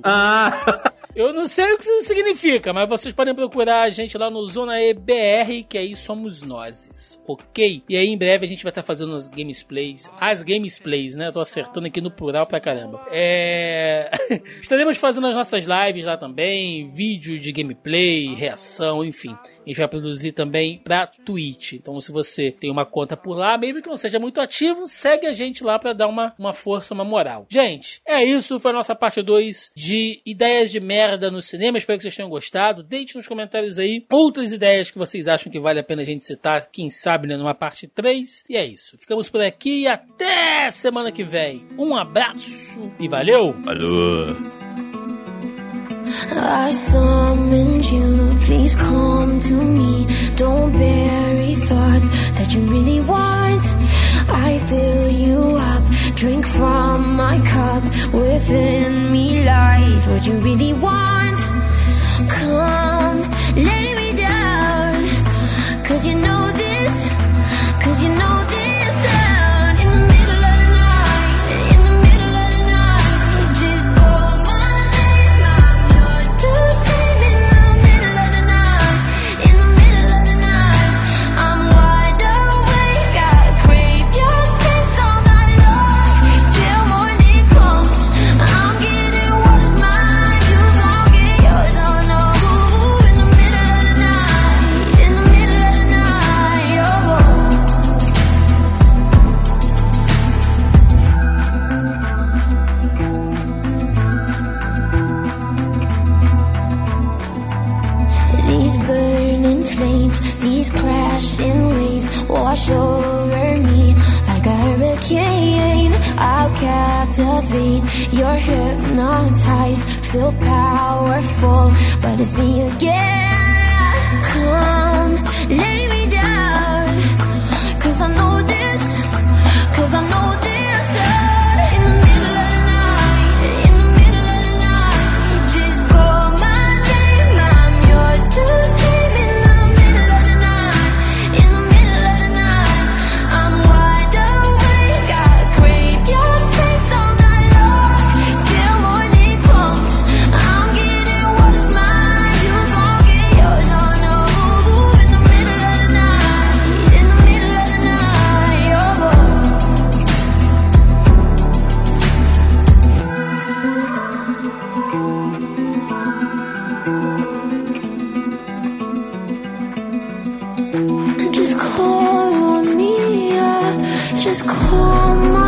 Eu não sei o que isso significa, mas vocês podem procurar a gente lá no Zona EBR, que aí somos nós, ok? E aí em breve a gente vai estar fazendo as gamesplays, né? Eu tô acertando aqui no plural pra caramba. Estaremos fazendo as nossas lives lá também, vídeo de gameplay, reação, enfim. A gente vai produzir também pra Twitch. Então, se você tem uma conta por lá, mesmo que não seja muito ativo, segue a gente lá pra dar uma força, uma moral. Gente, é isso. Foi a nossa parte 2 de ideias de merda no cinema. Espero que vocês tenham gostado. Deixe nos comentários aí outras ideias que vocês acham que vale a pena a gente citar. Quem sabe, né, numa parte 3. E é isso. Ficamos por aqui e até semana que vem. Um abraço e valeu! Falou! I summoned you, please come to me. Don't bury thoughts that you really want. I fill you up, drink from my cup. Within me lies what you really want. Come, lay me down, 'cause you know this, 'cause you know this sound. In the middle of the night, in the middle of the night, just call my name, I'm yours to tame. In the middle of the night, in the middle of the night, I'm wide awake, I crave your taste all night long, till morning comes. I'm getting what is mine, you gon' get yours, oh no. In the middle of the night, in the middle of the night, oh. These burning flames, these crashing waves wash over me like a hurricane. I'll captivate, you're hypnotized, feel powerful, but it's me again. Come, lay me down, 'cause I know this, 'cause I know this. In the middle of the night, in the middle of the night, just call my name, I'm yours to tame. In the middle of the night, in the middle of the night, I'm wide awake, I crave your taste all night long, till morning comes. I'm getting what is mine, you gon' get yours, oh no. In the middle of the night, in the middle of the night, oh. Just call on me, yeah. Just call my